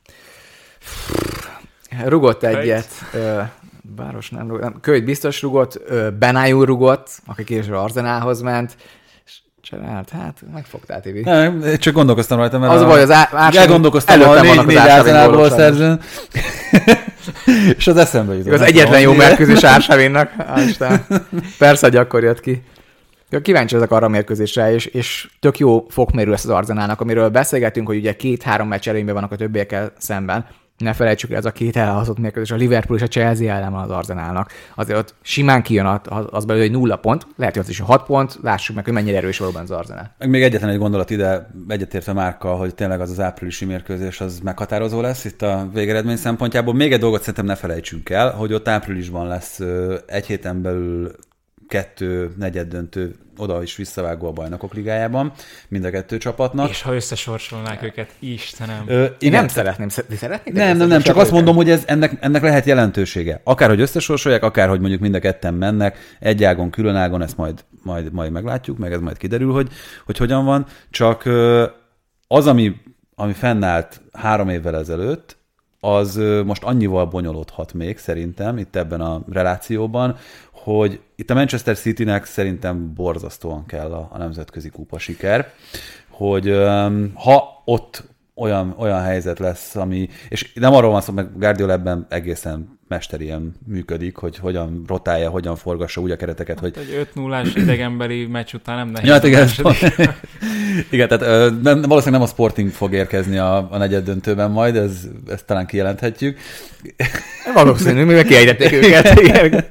Rugott egyet. Báros nem rugott. Kölyt biztos rugott. Benayoun rugott, aki később Arsenalhoz ment. Csinált, hát megfogtál, Tibi. Nem, csak gondolkoztam rajta, mert az a baj, az Arsenal elgondolkoztam a négy, négy Arsenalból szerzőn. És az eszembe jutott. Az egyetlen jó mérkőzés Arshavinnak. Persze, hogy akkor jött ki. Kíváncsi ezek arra a mérkőzésre, és, és tök jó fokmérő lesz az Arsenalnak, amiről beszélgetünk, hogy ugye két-három meccs előnyben vannak a többiekkel szemben. Ne felejtsük, ez a két elhazott mérkőzés, a Liverpool és a Chelsea ellen van az Arsenalnak. Azért ott simán kijön az belőle, hogy nulla pont, lehet, hogy az is a hat pont, lássuk meg, hogy mennyire erős valóban az Arsenal. Meg még egyetlen egy gondolat ide, egyetértve Márkkal, hogy tényleg az az áprilisi mérkőzés az meghatározó lesz itt a végeredmény szempontjából. Még egy dolgot szerintem ne felejtsünk el, hogy ott áprilisban lesz egy héten belül kettő negyeddöntő oda is visszavágó a Bajnokok Ligájában, mind a kettő csapatnak. És ha összesorsolnák őket, Istenem. Ö, Én nem szeretném. Szeretnék? Nem, nem, nem, csak azt mondom, hogy ez, ennek, ennek lehet jelentősége. Akár, hogy összesorsolják, akár, hogy mondjuk mind a ketten mennek, egy ágon, külön ágon, ezt majd, majd, majd meglátjuk, meg ez majd kiderül, hogy, hogy hogyan van. Csak az, ami, ami fennállt három évvel ezelőtt, az most annyival bonyolódhat még szerintem itt ebben a relációban, hogy itt a Manchester Citynek szerintem borzasztóan kell a, a nemzetközi kupa siker, hogy um, ha ott olyan, olyan helyzet lesz, ami, és nem arról van szó, meg Guardiola ebben egészen mesterien működik, hogy hogyan rotálja, hogyan forgassa úgy a kereteket, hát hogy... egy öt nullás idegenbeli meccs után nem nehéz. Ja, hát igen, igen, tehát nem, valószínűleg nem a Sporting fog érkezni a, a negyed döntőben majd, ez, ezt talán kijelenthetjük. Valószínű, mivel kiejtették őket.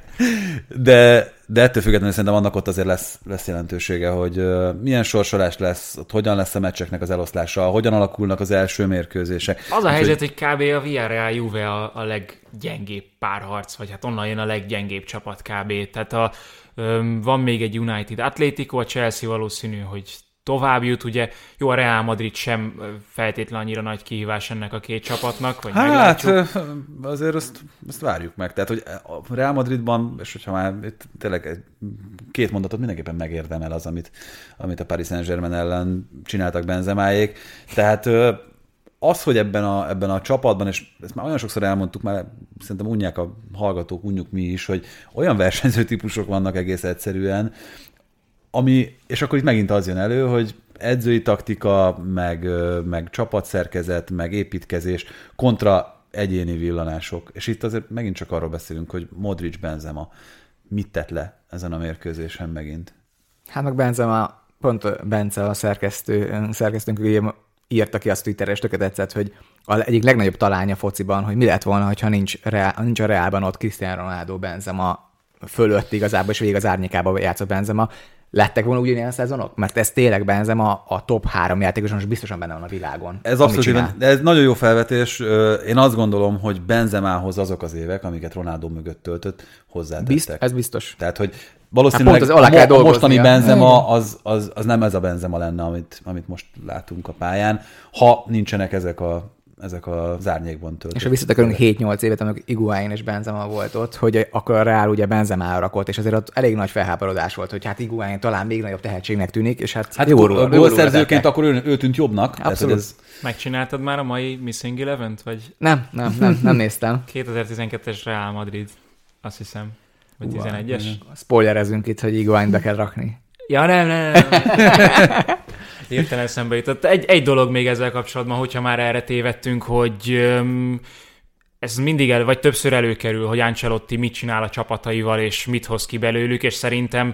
De, de ettől függetlenül szerintem annak ott azért lesz, lesz jelentősége, hogy uh, milyen sorsolás lesz, ott hogyan lesz a meccseknek az eloszlása, hogyan alakulnak az első mérkőzések. Az a helyzet, hogy, hogy kb. A Villarreal Juve a, a leggyengébb párharc, vagy hát onnan jön a leggyengébb csapat kb. Tehát a, um, van még egy United Atlético, a Chelsea valószínű, hogy tovább jut, ugye jó, a Real Madrid sem feltétlenül annyira nagy kihívás ennek a két csapatnak, vagy hát, meglátjuk. Azért azt, azt várjuk meg. Tehát, hogy a Real Madridban, és hogyha már itt tényleg két mondatot mindenképpen megérdemel az, amit, amit a Paris Saint-Germain ellen csináltak Benzemáék. Tehát az, hogy ebben a, ebben a csapatban, és ezt már olyan sokszor elmondtuk, már szerintem unják a hallgatók, unjuk mi is, hogy olyan versenyző típusok vannak egész egyszerűen, ami, és akkor itt megint az jön elő, hogy edzői taktika, meg, meg csapatszerkezet, meg építkezés kontra egyéni villanások. És itt azért megint csak arról beszélünk, hogy Modric, Benzema mit tett le ezen a mérkőzésen megint. Hát meg Benzema, pont Bence a szerkesztő, szerkesztőnk írta ki azt Twitterre, és tökélet tetszett, hogy az egyik legnagyobb talánya fociban, hogy mi lett volna, ha nincs, Reál, nincs a Reálban ott Cristiano Ronaldo, Benzema fölött igazából, és végig az árnyékában játszott Benzema. Lettek volna ugyanilyen szezonok? Mert ez tényleg Benzema a top három játékos, most biztosan benne van a világon. Ez abszolút, de ez nagyon jó felvetés. Én azt gondolom, hogy Benzemához azok az évek, amiket Ronaldo mögött töltött, hozzátettek. Bizt, ez biztos. Tehát, hogy valószínűleg hát az a mostani Benzema az, az, az nem ez a Benzema lenne, amit, amit most látunk a pályán, ha nincsenek ezek a ezek az árnyékban töltött. És ha visszatekerünk hét-nyolc évet, amikor Higuaín és Benzema volt ott, hogy akkor a Real ugye Benzemára rakott, és azért ott elég nagy felháborodás volt, hogy hát Higuaín talán még nagyobb tehetségnek tűnik, és hát, hát jó gólszerzőként akkor ő, ő tűnt jobbnak. Abszolút. Ez... Megcsináltad már a mai Missing Elevent, vagy? Nem, nem, nem, nem néztem. kétezer-tizenkettes Real Madrid, azt hiszem, vagy tizenegyes. Spoilerezünk itt, hogy Higuaínt be kell rakni. Ja, nem, nem, nem. Értelen eszembe jutott. Egy, egy dolog még ezzel kapcsolatban, hogyha már erre tévedtünk, hogy öm, ez mindig el, vagy többször előkerül, hogy Ancelotti mit csinál a csapataival, és mit hoz ki belőlük, és szerintem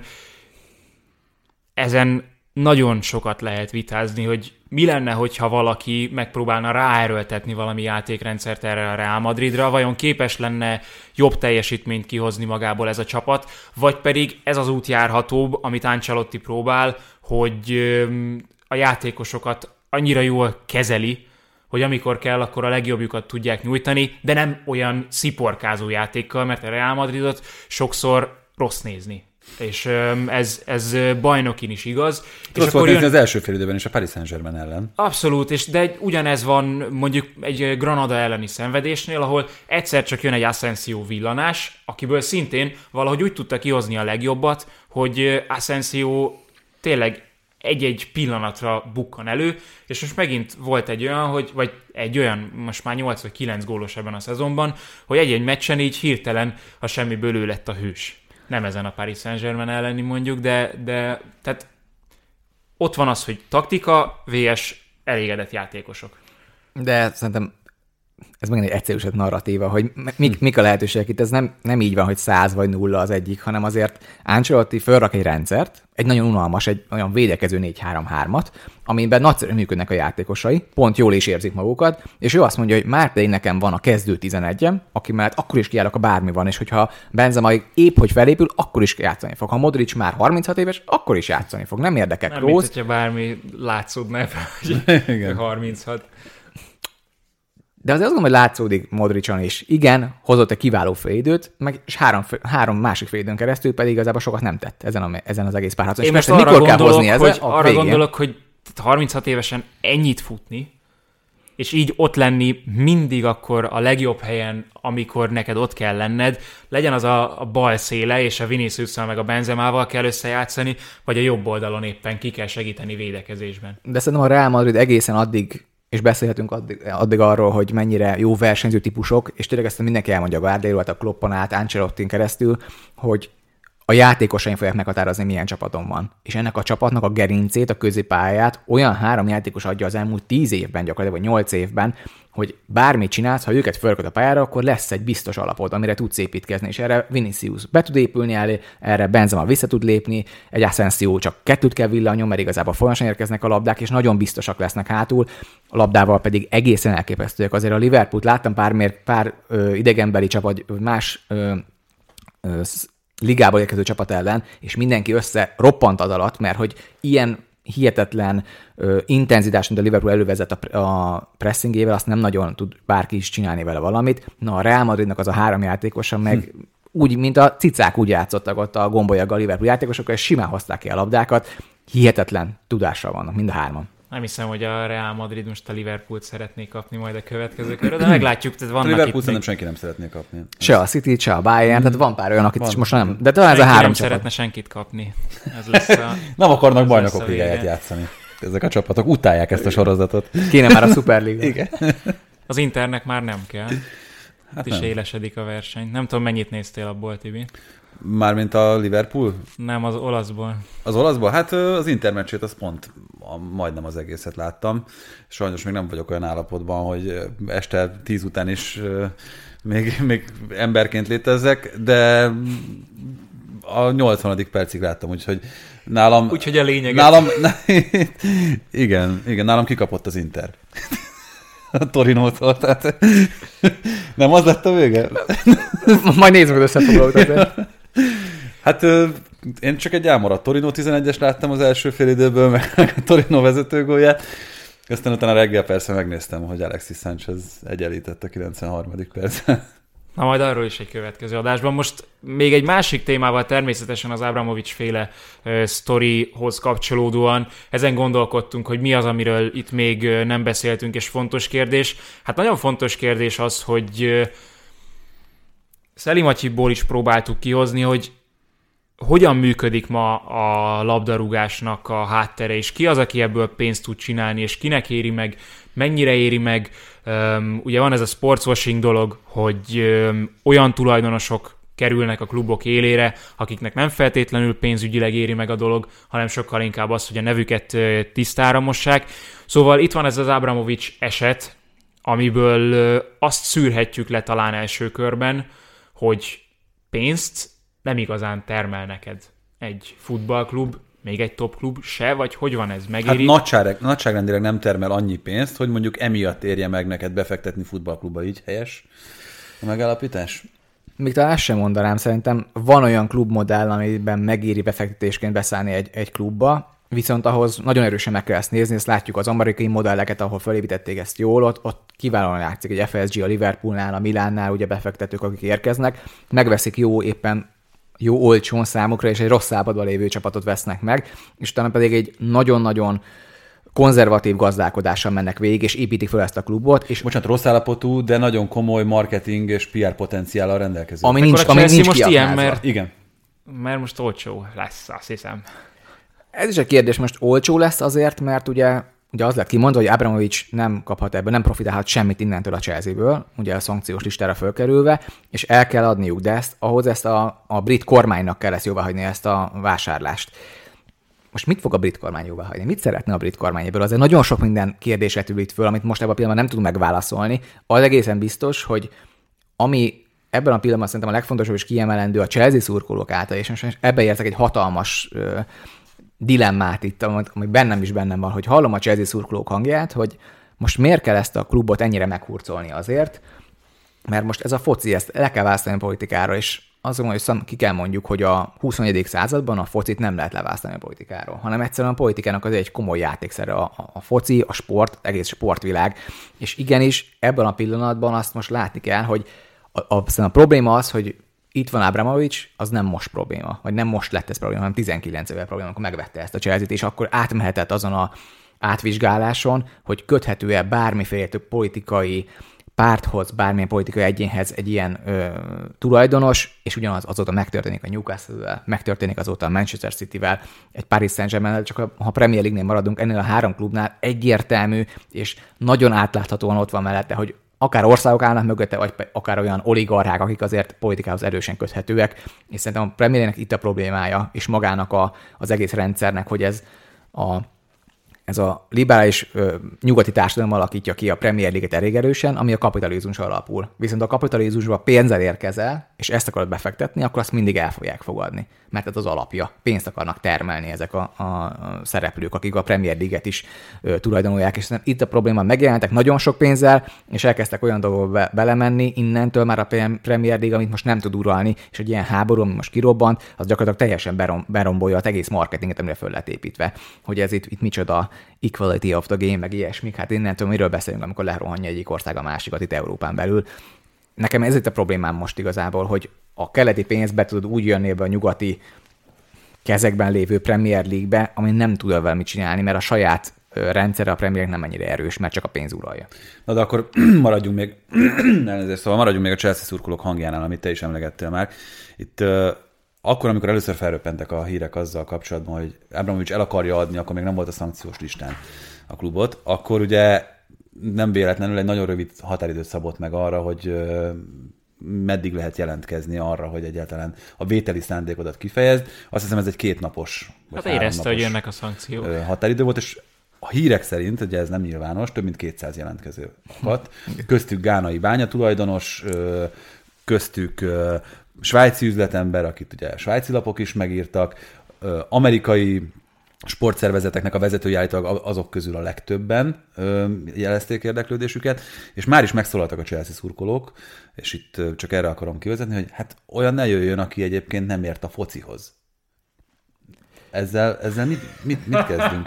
ezen nagyon sokat lehet vitázni, hogy mi lenne, hogyha valaki megpróbálna ráerőltetni valami játékrendszert erre a Real Madridra, vajon képes lenne jobb teljesítményt kihozni magából ez a csapat, vagy pedig ez az út járhatóbb, amit Ancelotti próbál, hogy a játékosokat annyira jól kezeli, hogy amikor kell, akkor a legjobbjukat tudják nyújtani, de nem olyan sziporkázó játékkal, mert a Real Madridot sokszor rossz nézni. És ez, ez bajnokin is igaz. És akkor jön... az első fél időben is a Paris Saint-Germain ellen. Abszolút, és de ugyanez van mondjuk egy Granada elleni szenvedésnél, ahol egyszer csak jön egy Asensio villanás, akiből szintén valahogy úgy tudta kihozni a legjobbat, hogy Asensio tényleg egy-egy pillanatra bukkan elő, és most megint volt egy olyan, hogy, vagy egy olyan, most már nyolc vagy kilenc gólos ebben a szezonban, hogy egy-egy meccsen így hirtelen a semmiből ő lett a hős. Nem ezen a Paris Saint-Germain elleni mondjuk, de, de tehát ott van az, hogy taktika, vs elégedett játékosok. De szerintem ez megint egy egyszerűsített narratíva, hogy mik, mik a lehetőségek itt. Ez nem, nem így van, hogy száz vagy nulla az egyik, hanem azért Ancelotti fölrak egy rendszert, egy nagyon unalmas, egy olyan védekező négy három hármat, amiben nagyszerűen működnek a játékosai, pont jól is érzik magukat, és ő azt mondja, hogy már pedig nekem van a kezdő tizenegyem, aki mellett akkor is kiállok, a bármi van, és hogyha Benzema épp hogy felépül, akkor is játszani fog. Ha Modric már harminchat éves, akkor is játszani fog. Nem érdekek nem, Rose. Nem, mint hogyha bármi látszódna, hogy harminchat. De azért azt gondolom, hogy látszódik Modricon is. Igen, hozott egy kiváló félidőt, meg és három, három másik félidőn keresztül pedig igazából sokat nem tett ezen, a, ezen az egész párharcon. Én és most persze, arra mikor gondolok, kell hozni hogy, ezzel, arra végén. gondolok, hogy harminchat évesen ennyit futni, és így ott lenni mindig akkor a legjobb helyen, amikor neked ott kell lenned, legyen az a, a bal széle, és a Viniciusszal meg a Benzemával kell összejátszani, vagy a jobb oldalon éppen ki kell segíteni védekezésben. De szerintem a Real Madrid egészen addig, és beszélhetünk addig, addig arról, hogy mennyire jó versenyző típusok, és tényleg ezt mindenki elmondja a Guardiola, a Kloppon át, Ancelottin keresztül, hogy a játékosaim fogják meghatározni, milyen csapatom van. És ennek a csapatnak a gerincét, a középpályát olyan három játékos adja az elmúlt tíz évben, gyakorlatilag, vagy nyolc évben, hogy bármit csinálsz, ha őket fölköt a pályára, akkor lesz egy biztos alapod, amire tudsz építkezni, és erre Vinicius be tud épülni elé, erre Benzema vissza tud lépni, egy Asensio csak kettőt kell villanyon, mert igazából folyamatosan érkeznek a labdák, és nagyon biztosak lesznek hátul, a labdával pedig egészen elképesztőek. Azért a Liverpoolt láttam pár, mér, pár ö, idegenbeli csapat, más ö, ö, ligából érkező csapat ellen, és mindenki össze roppant az alatt, mert hogy ilyen hihetetlen ö, intenzitás, mint a Liverpool elővezet a, a pressingével, azt nem nagyon tud bárki is csinálni vele valamit. Na, a Real Madridnak az a három játékosa meg hm. úgy, mint a cicák úgy játszottak ott a gombolyaggal a Liverpool játékosok, és simán hozták ki a labdákat. Hihetetlen tudással vannak mind a hárman. Nem hiszem, hogy a Real Madrid most a Liverpoolt szeretné kapni majd a következő körre, de meglátjuk, tehát vannak a Liverpoolt itt nem senki nem szeretné kapni. Se a City, se a Bayern, tehát van pár olyan, akit van. is most nem, de talán ez a Senki három nem csapat. szeretne senkit kapni. Ez lesz a, Nem akarnak ez bajnokok lesz a ligáját vége. játszani. Ezek a csapatok utálják ezt a sorozatot. Kéne már a Superliga. Igen. Az Internek már nem kell. Hát Itt is nem. élesedik a verseny. Nem tudom, mennyit néztél abból, Tibi? Mármint a Liverpool? Nem, az olaszból. Az olaszból? Hát az Inter meccsét, az pont a, majdnem az egészet láttam. Sajnos még nem vagyok olyan állapotban, hogy este tíz után is még, még emberként létezzek, de a nyolcvanadik percig láttam, úgyhogy nálam... Úgyhogy a lényeget. Nálam... igen, igen, nálam kikapott az Inter. A Torinótól, tehát nem az lett a vége? Majd nézzük az összefoglalót. Hát én csak egy elmaradt Torino tizenegyes láttam az első fél időből, meg a Torino vezetőgólját. Aztán utána reggel persze megnéztem, hogy Alexis Sánchez egyenlített a kilencvenharmadik percben. Na majd arról is egy következő adásban. Most még egy másik témával, természetesen az Abramovics féle uh, sztorihoz kapcsolódóan ezen gondolkodtunk, hogy mi az, amiről itt még uh, nem beszéltünk, és fontos kérdés. Hát nagyon fontos kérdés az, hogy uh, Szeli Matyiból is próbáltuk kihozni, hogy hogyan működik ma a labdarúgásnak a háttere, és ki az, aki ebből pénzt tud csinálni, és kinek éri meg, mennyire éri meg. Um, ugye van ez a sportswashing dolog, hogy um, olyan tulajdonosok kerülnek a klubok élére, akiknek nem feltétlenül pénzügyileg éri meg a dolog, hanem sokkal inkább az, hogy a nevüket uh, tisztára mossák. Szóval itt van ez az Abramovics eset, amiből uh, azt szűrhetjük le talán első körben, hogy pénzt nem igazán termel neked egy futballklub, még egy topklub se, vagy hogy van ez? Megéri? Hát nagyság, nagyságrendileg nem termel annyi pénzt, hogy mondjuk emiatt érje meg neked befektetni futballklubba, így helyes a megállapítás? Még talán ezt sem mondanám, szerintem van olyan klubmodell, amiben megéri befektetésként beszállni egy, egy klubba, viszont ahhoz nagyon erősen meg kell ezt nézni, ezt látjuk az amerikai modelleket, ahol felépítették ezt jól, ott, ott kiválóan látszik, egy ef es gé, a Liverpoolnál, a Milánnál ugye befektetők, akik érkeznek, megveszik jó éppen jó olcsón számukra, és egy rossz állapotban lévő csapatot vesznek meg, és utána pedig egy nagyon-nagyon konzervatív gazdálkodással mennek végig, és építik fel ezt a klubot. És Bocsánat, rossz állapotú, de nagyon komoly marketing és pé er potenciállal rendelkező. Ami Akkor nincs, a ami Chelsea nincs most kiaknázva. ilyen, mert, Igen. mert most olcsó lesz, azt hiszem. Ez is a kérdés, most olcsó lesz azért, mert ugye, ugye az lett kimondva, hogy Abramovics nem kaphat ebből, nem profitálhat semmit innentől a Chelsea-ből, ugye a szankciós listára fölkerülve, és el kell adniuk, de ezt, ahhoz ezt a, a brit kormánynak kell ezt jóváhagyni, ezt a vásárlást. Most mit fog a brit kormány jóváhagyni? Mit szeretne a brit kormány ebből? Azért nagyon sok minden kérdés vetül itt föl, amit most ebben a pillanatban nem tudunk megválaszolni. Az egészen biztos, hogy ami ebben a pillanatban szerintem a legfontosabb és kiemelendő a Chelsea szurkolók által, és most ebbe értek egy hatalmas ö, dilemmát itt, ami bennem is bennem van, hogy hallom a Chelsea szurkolók hangját, hogy most miért kell ezt a klubot ennyire meghurcolni azért, mert most ez a foci, ezt le kell választani a politikára, és azt mondom, hogy ki kell mondjuk, hogy a huszonegyedik században a focit nem lehet leválasztani a politikáról, hanem egyszerűen a politikának az egy komoly játékszere a, a, a foci, a sport, egész sportvilág, és igenis ebben a pillanatban azt most látni kell, hogy a, a, a probléma az, hogy itt van Abramovics, az nem most probléma, vagy nem most lett ez probléma, hanem tizenkilenc éve probléma, amikor megvette ezt a Chelsea-t, és akkor átmehetett azon a átvizsgáláson, hogy köthető-e bármiféle politikai párthoz, bármilyen politikai egyénhez egy ilyen ö, tulajdonos, és ugyanaz azóta megtörténik a Newcastle-vel, megtörténik azóta a Manchester City-vel, egy Paris Saint-Germain-nel, csak a, ha Premier League-nél maradunk, ennél a három klubnál egyértelmű, és nagyon átláthatóan ott van mellette, hogy akár országok állnak mögötte, vagy akár olyan oligarchák, akik azért politikához erősen köthetőek, és szerintem a Premier League-nek itt a problémája, és magának a, az egész rendszernek, hogy ez a Ez a liberális ö, nyugati társadalom alakítja ki a Premier League-et elég erősen, ami a kapitalizmusra alapul. Viszont a kapitalizmusba pénzzel érkezel, és ezt akarod befektetni, akkor azt mindig el fogják fogadni. Mert ez az alapja. Pénzt akarnak termelni ezek a, a, a szereplők, akik a Premier League-et is ö, tulajdonolják. És itt a probléma, megjelentek nagyon sok pénzzel, és elkezdtek olyan dolgokba be, belemenni, innentől már a Premier League, amit most nem tud uralni, és egy ilyen háború, ami most kirobbant, az gyakorlatilag teljesen berom, berombolja az egész marketinget, amire föl lett építve. Hogy ez itt, itt micsoda equality of the game, meg ilyesmik. Hát innentől miről beszélünk, amikor lerohanja egyik ország a másikat itt Európán belül. Nekem ez itt a problémám most igazából, hogy a keleti pénz be tud úgy jönni be a nyugati kezekben lévő Premier League-be, ami nem tud vele mit csinálni, mert a saját rendszere a Premier League nem ennyire erős, mert csak a pénz uralja. Na de akkor maradjunk még, elnézést, szóval maradjunk még a Chelsea szurkolók hangjánál, amit te is emlegettél már. Itt uh, akkor, amikor először felröppentek a hírek azzal kapcsolatban, hogy Abramovich el akarja adni, akkor még nem volt a szankciós listán a klubot, akkor ugye nem véletlenül egy nagyon rövid határidőt szabott meg arra, hogy uh, meddig lehet jelentkezni arra, hogy egyáltalán a vételi szándékodat kifejezd. Azt hiszem, ez egy kétnapos vagy hát érezte, hogy jönnek a szankciók. Határidő volt, és a hírek szerint, ugye ez nem nyilvános, több mint kétszáz jelentkező akadt. Köztük gánai bányatulajdonos, köztük svájci üzletember, akit ugye svájci lapok is megírtak, amerikai sportszervezeteknek a vezetői állítólag azok közül a legtöbben jelezték érdeklődésüket, és már is megszólaltak a Chelsea szurkolók, és itt csak erre akarom kivezetni, hogy hát olyan ne jöjjön, aki egyébként nem ért a focihoz. Ezzel, ezzel mit, mit, mit kezdünk?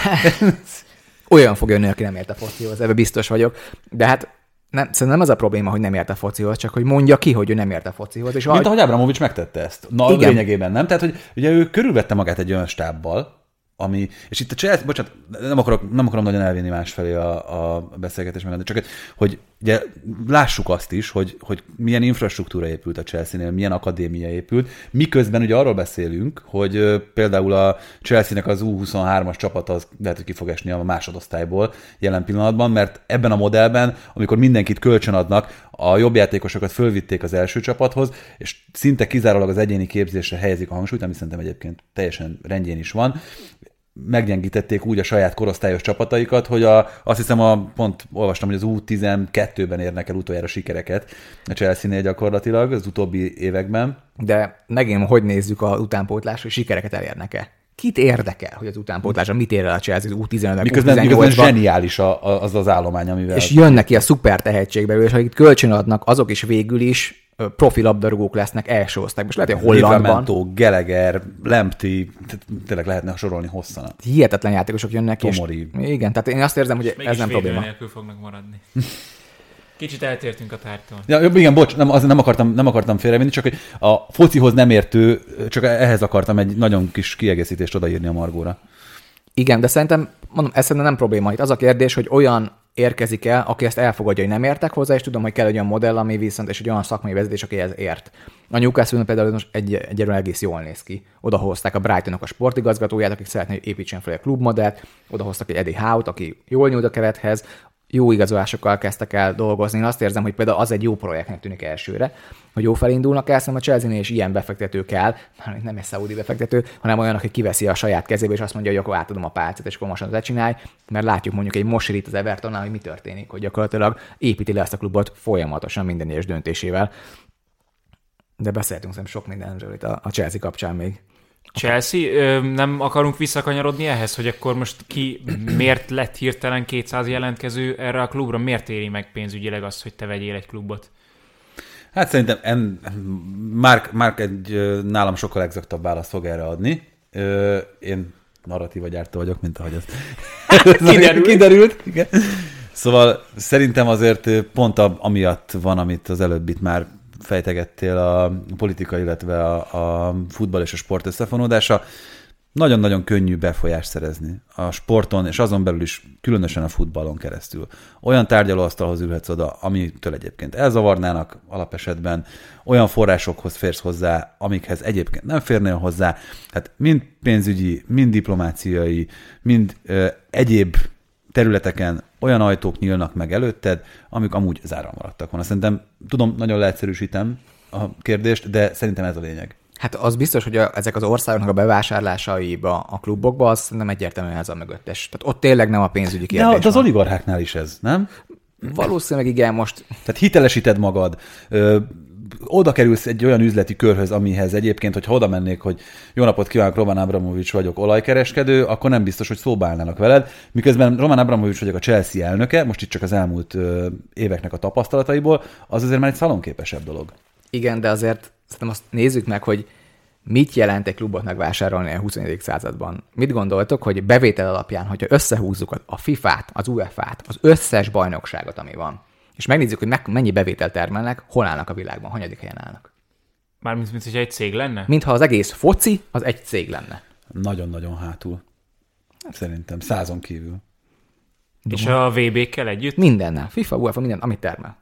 Olyan fog jönni, aki nem ért a focihoz, ebben biztos vagyok. De hát nem, szerintem nem az a probléma, hogy nem ért a focihoz, csak hogy mondja ki, hogy ő nem ért a focihoz. És Mint ahogy... ahogy Abramovich megtette ezt. Na, igen. Lényegében nem. Tehát, hogy ugye ő körülvette magát egy olyan stábbal, ami, és itt a Chelsea, bocsánat, nem, akarok, nem akarom nagyon elvinni másfelé a, a beszélgetés meg, csak hogy ugye lássuk azt is, hogy, hogy milyen infrastruktúra épült a Chelsea-nél, milyen akadémia épült, miközben ugye arról beszélünk, hogy például a Chelsea-nek az U huszonhármas csapata az lehet, hogy ki fog esni a másodosztályból jelen pillanatban, mert ebben a modellben, amikor mindenkit kölcsönadnak, a jobb játékosokat fölvitték az első csapathoz, és szinte kizárólag az egyéni képzésre helyezik a hangsúlyt, ami szerintem egyébként teljesen rendjén is van. Meggyengítették úgy a saját korosztályos csapataikat, hogy a, azt hiszem, a, pont olvastam, hogy az U tizenkettőben érnek el utoljára sikereket a Chelsea-nél gyakorlatilag az utóbbi években. De megint hogy nézzük az utánpótlásra, hogy sikereket elérnek-e? Kit érdekel, hogy az utánpótlásra mit ér el a Chelsea az U tizenötben, miközben, miközben zseniális a, a, az az állomány, amivel... És jönnek ki a szuper tehetségből, és akik kölcsön adnak, azok is végül is profi labdarúgók lesznek első osztályban. Most lehet, hogy Hollandban... Livramento, Gallagher, Lamptey, tényleg lehetne sorolni hosszan. Hihetetlen játékosok jönnek ki. Tomori. És... Igen, tehát én azt érzem, hogy ez nem probléma. Nélkül fognak maradni. Kicsit eltértünk a tártól. Ja, igen, bocs, nem, az nem, akartam, nem akartam félrevinni, csak hogy a focihoz nem értő, csak ehhez akartam egy nagyon kis kiegészítést odaírni a margóra. Igen, de szerintem, mondom, ez szerintem nem probléma. Itt az a kérdés, hogy olyan érkezik el, aki ezt elfogadja, hogy nem értek hozzá, és tudom, hogy kell egy olyan modell, ami viszont, és egy olyan szakmai vezetés, aki ez ért. A Newcastle például most egy, egyelőre egész jól néz ki. Oda hozták a Brightonnak a sportigazgatóját, akik szeretné, hogy építsen fel egy klubmodellt, oda hoztak egy Eddie Howe-t, aki jól nyújt a kerethez, jó igazolásokkal kezdtek el dolgozni. Én azt érzem, hogy például az egy jó projektnek tűnik elsőre, hogy jó felindulnak el, szerintem a Chelsea-nél is ilyen befektető kell, már nem egy szaudi befektető, hanem olyan, aki kiveszi a saját kezébe, és azt mondja, hogy akkor átadom a pálcát, és akkor most te csinálj, mert látjuk mondjuk egy Mosherit az Evertonnál, hogy mi történik, hogy gyakorlatilag építi le ezt a klubot folyamatosan minden egyes döntésével. De beszéltünk szerintem sok mindenről itt a, a Chelsea kapcsán még. Chelsea, nem akarunk visszakanyarodni ehhez, hogy akkor most ki miért lett hirtelen kétszáz jelentkező erre a klubra? Miért éri meg pénzügyileg azt, hogy te vegyél egy klubot? Hát szerintem en, Mark, Mark egy nálam sokkal exaktabb választ fog erre adni. Én narratíva gyártó vagyok, mint ahogy ez kiderült. kiderült. Igen. Szóval szerintem azért pont amiatt van, amit az előbb itt már fejtegettél, a politika, illetve a, a futball és a sport összefonódása. Nagyon-nagyon könnyű befolyást szerezni a sporton, és azon belül is különösen a futballon keresztül. Olyan tárgyalóasztalhoz ülhetsz oda, amitől egyébként elzavarnának alapesetben, olyan forrásokhoz férsz hozzá, amikhez egyébként nem férnél hozzá. Hát mind pénzügyi, mind diplomáciai, mind ö, egyéb területeken olyan ajtók nyílnak meg előtted, amik amúgy zárva maradtak volna. Szerintem, tudom, nagyon leegyszerűsítem a kérdést, de szerintem ez a lényeg. Hát az biztos, hogy a, ezek az országoknak a bevásárlásaiba, a klubokba, az nem egyértelműen ez a mögöttes. Tehát ott tényleg nem a pénzügyi kérdés. De, de az oligarcháknál is ez, nem? Valószínűleg igen, most... Tehát hitelesíted magad, ö, oda kerülsz egy olyan üzleti körhöz, amihez egyébként, hogyha oda mennék, hogy jó napot kívánok, Roman Abramovics vagyok, olajkereskedő, akkor nem biztos, hogy szóba állnának veled. Miközben Roman Abramovics vagyok a Chelsea elnöke, most itt csak az elmúlt ö, éveknek a tapasztalataiból, az azért már egy szalonképesebb dolog. Igen, de azért szerintem azt nézzük meg, hogy mit jelent egy klubot megvásárolni a huszonegyedik században. Mit gondoltok, hogy bevétel alapján, hogyha összehúzzuk a fifát, az u e f á-t, az összes bajnokságot, ami van, és megnézzük, hogy mennyi bevétel termelnek, hol állnak a világban, hanyadik helyen állnak. Mármint, mint hogy egy cég lenne? Mintha az egész foci az egy cég lenne. Nagyon-nagyon hátul. Szerintem, százon kívül. És a vé bé-kkel együtt? Mindennel. FIFA, u e f á, minden, amit termel.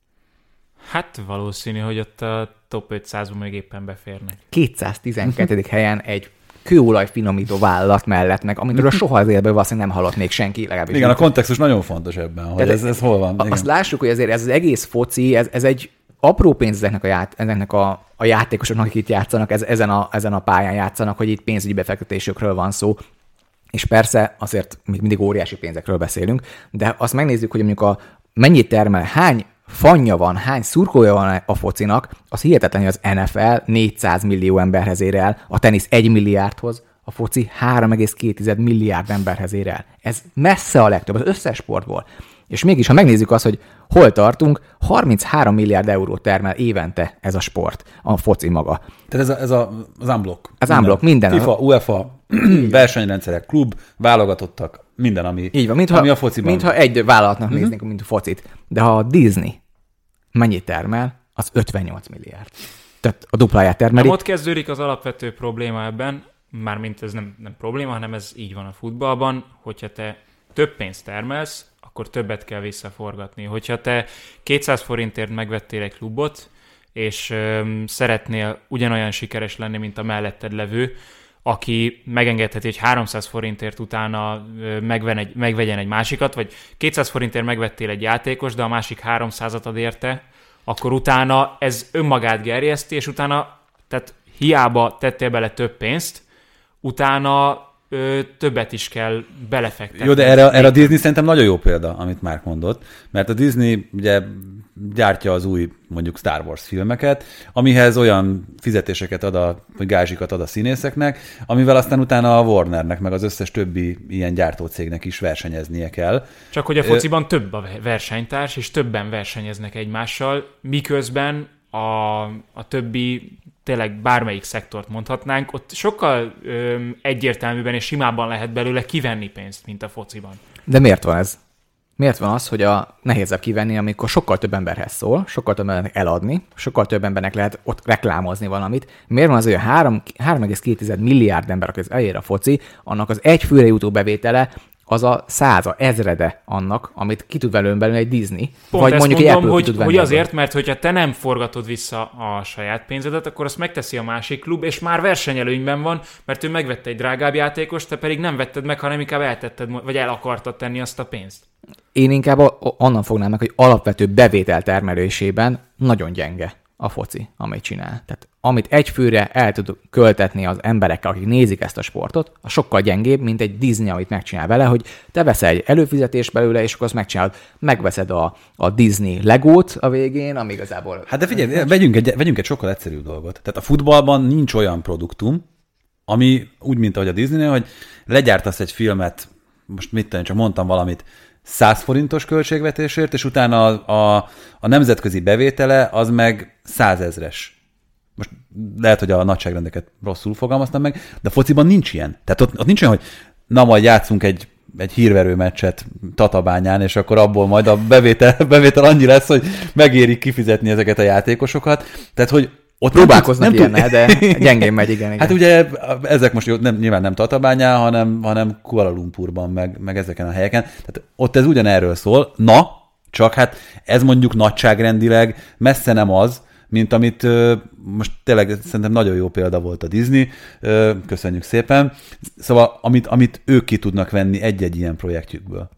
Hát valószínű, hogy ott a top ötszázban még éppen beférnek. kétszáztizenkettedik helyen egy kőolaj finomító vállalat mellett, meg amitől soha az életben valószínűleg nem hallott még senki. Legalábbis igen, a kontextus nagyon fontos ebben, hogy ez, ez hol van. Igen. Azt lássuk, hogy azért ez az egész foci, ez, ez egy apró pénz ezeknek a, ját, ezeknek a, a játékosoknak, akik itt játszanak, ez, ezen, a, ezen a pályán játszanak, hogy itt pénzügyi befektetésükről van szó. És persze azért még mindig óriási pénzekről beszélünk, de azt megnézzük, hogy mondjuk a mennyit termel, hány fanja van, hány szurkolója van a focinak, az hihetetlen, hogy az en ef el négyszáz millió emberhez ér el, a tenisz egy milliárdhoz, a foci három egész két milliárd emberhez ér el. Ez messze a legtöbb az összes sportból. És mégis, ha megnézzük azt, hogy hol tartunk, harminchárom milliárd eurót termel évente ez a sport, a foci maga. Tehát ez, a, ez a, az unblock. Az unblock, minden. FIFA, u e f á, versenyrendszerek, klub, válogatottak, minden, ami, így van, mintha, ami a fociban. Mintha egy vállalatnak uh-huh. néznénk, mint a focit. De ha a Disney mennyit termel, az ötvennyolc milliárd. Tehát a dupláját termeli. Nem ott kezdődik az alapvető probléma ebben, mármint ez nem, nem probléma, hanem ez így van a futballban, hogyha te több pénzt termelsz, akkor többet kell visszaforgatni. Hogyha te kétszáz forintért megvettél egy klubot, és öm, szeretnél ugyanolyan sikeres lenni, mint a melletted levő, aki megengedheti, hogy háromszáz forintért utána megven egy, megvegyen egy másikat, vagy kétszáz forintért megvettél egy játékos, de a másik háromszázat ad érte, akkor utána ez önmagát gerjeszti, és utána, tehát hiába tettél bele több pénzt, utána ö, többet is kell belefektetni. Jó, de erre, erre a Disney szerintem nagyon jó példa, amit Márk mondott, mert a Disney ugye gyártja az új, mondjuk Star Wars filmeket, amihez olyan fizetéseket ad, a, vagy gázsikat ad a színészeknek, amivel aztán utána a Warnernek, meg az összes többi ilyen gyártócégnek is versenyeznie kell. Csak hogy a fociban több a versenytárs, és többen versenyeznek egymással, miközben a, a többi, tényleg bármelyik szektort mondhatnánk, ott sokkal ö, egyértelműben és simábban lehet belőle kivenni pénzt, mint a fociban. De miért van ez? Miért van az, hogy a nehézebb kivenni, amikor sokkal több emberhez szól, sokkal több embernek eladni, sokkal több embernek lehet ott reklámozni valamit? Miért van az, hogy a három egész két milliárd ember, aki elér a foci, annak az egy főre jutó bevétele az a száza, ezrede annak, amit ki tud velőn belőle egy Disney, Pont vagy mondjuk mondom, egy Apple hogy, ki tud hogy venni azért, abban. mert hogyha te nem forgatod vissza a saját pénzedet, akkor azt megteszi a másik klub, és már versenyelőnyben van, mert ő megvette egy drágább játékost, te pedig nem vetted meg, hanem inkább eltetted, vagy el akartad tenni azt a pénzt. Én inkább onnan fognám meg, hogy alapvető bevétel termelésében nagyon gyenge a foci, amit csinál. Tehát amit egy főre el tud költetni az emberekkel, akik nézik ezt a sportot, az sokkal gyengébb, mint egy Disney, amit megcsinál vele, hogy te veszel egy előfizetést belőle, és akkor azt megcsinálod, megveszed a, a Disney Legót a végén, ami igazából... Hát de figyelj, vegyünk egy, vegyünk egy sokkal egyszerűbb dolgot. Tehát a futballban nincs olyan produktum, ami úgy, mint ahogy a Disney, hogy legyártasz egy filmet, most mit tenni, csak mondtam valamit, száz forintos költségvetésért, és utána a, a, a nemzetközi bevétele az meg százezres. Most lehet, hogy a nagyságrendeket rosszul fogalmaztam meg, de a fociban nincs ilyen. Tehát ott, ott nincs olyan, hogy na majd játszunk egy, egy hírverő meccset Tatabányán, és akkor abból majd a bevétel, bevétel annyi lesz, hogy megéri kifizetni ezeket a játékosokat. Tehát, hogy ott próbálkoznak ilyennel, de gyengén megy, igen, igen. Hát ugye ezek most jó, nem, nyilván nem Tatabányán, hanem, hanem Kuala Lumpurban, meg, meg ezeken a helyeken. Tehát ott ez ugyanerről szól. Na, csak hát ez mondjuk nagyságrendileg messze nem az, mint amit most tényleg szerintem nagyon jó példa volt a Disney, köszönjük szépen. Szóval amit, amit ők ki tudnak venni egy-egy ilyen projektjükből.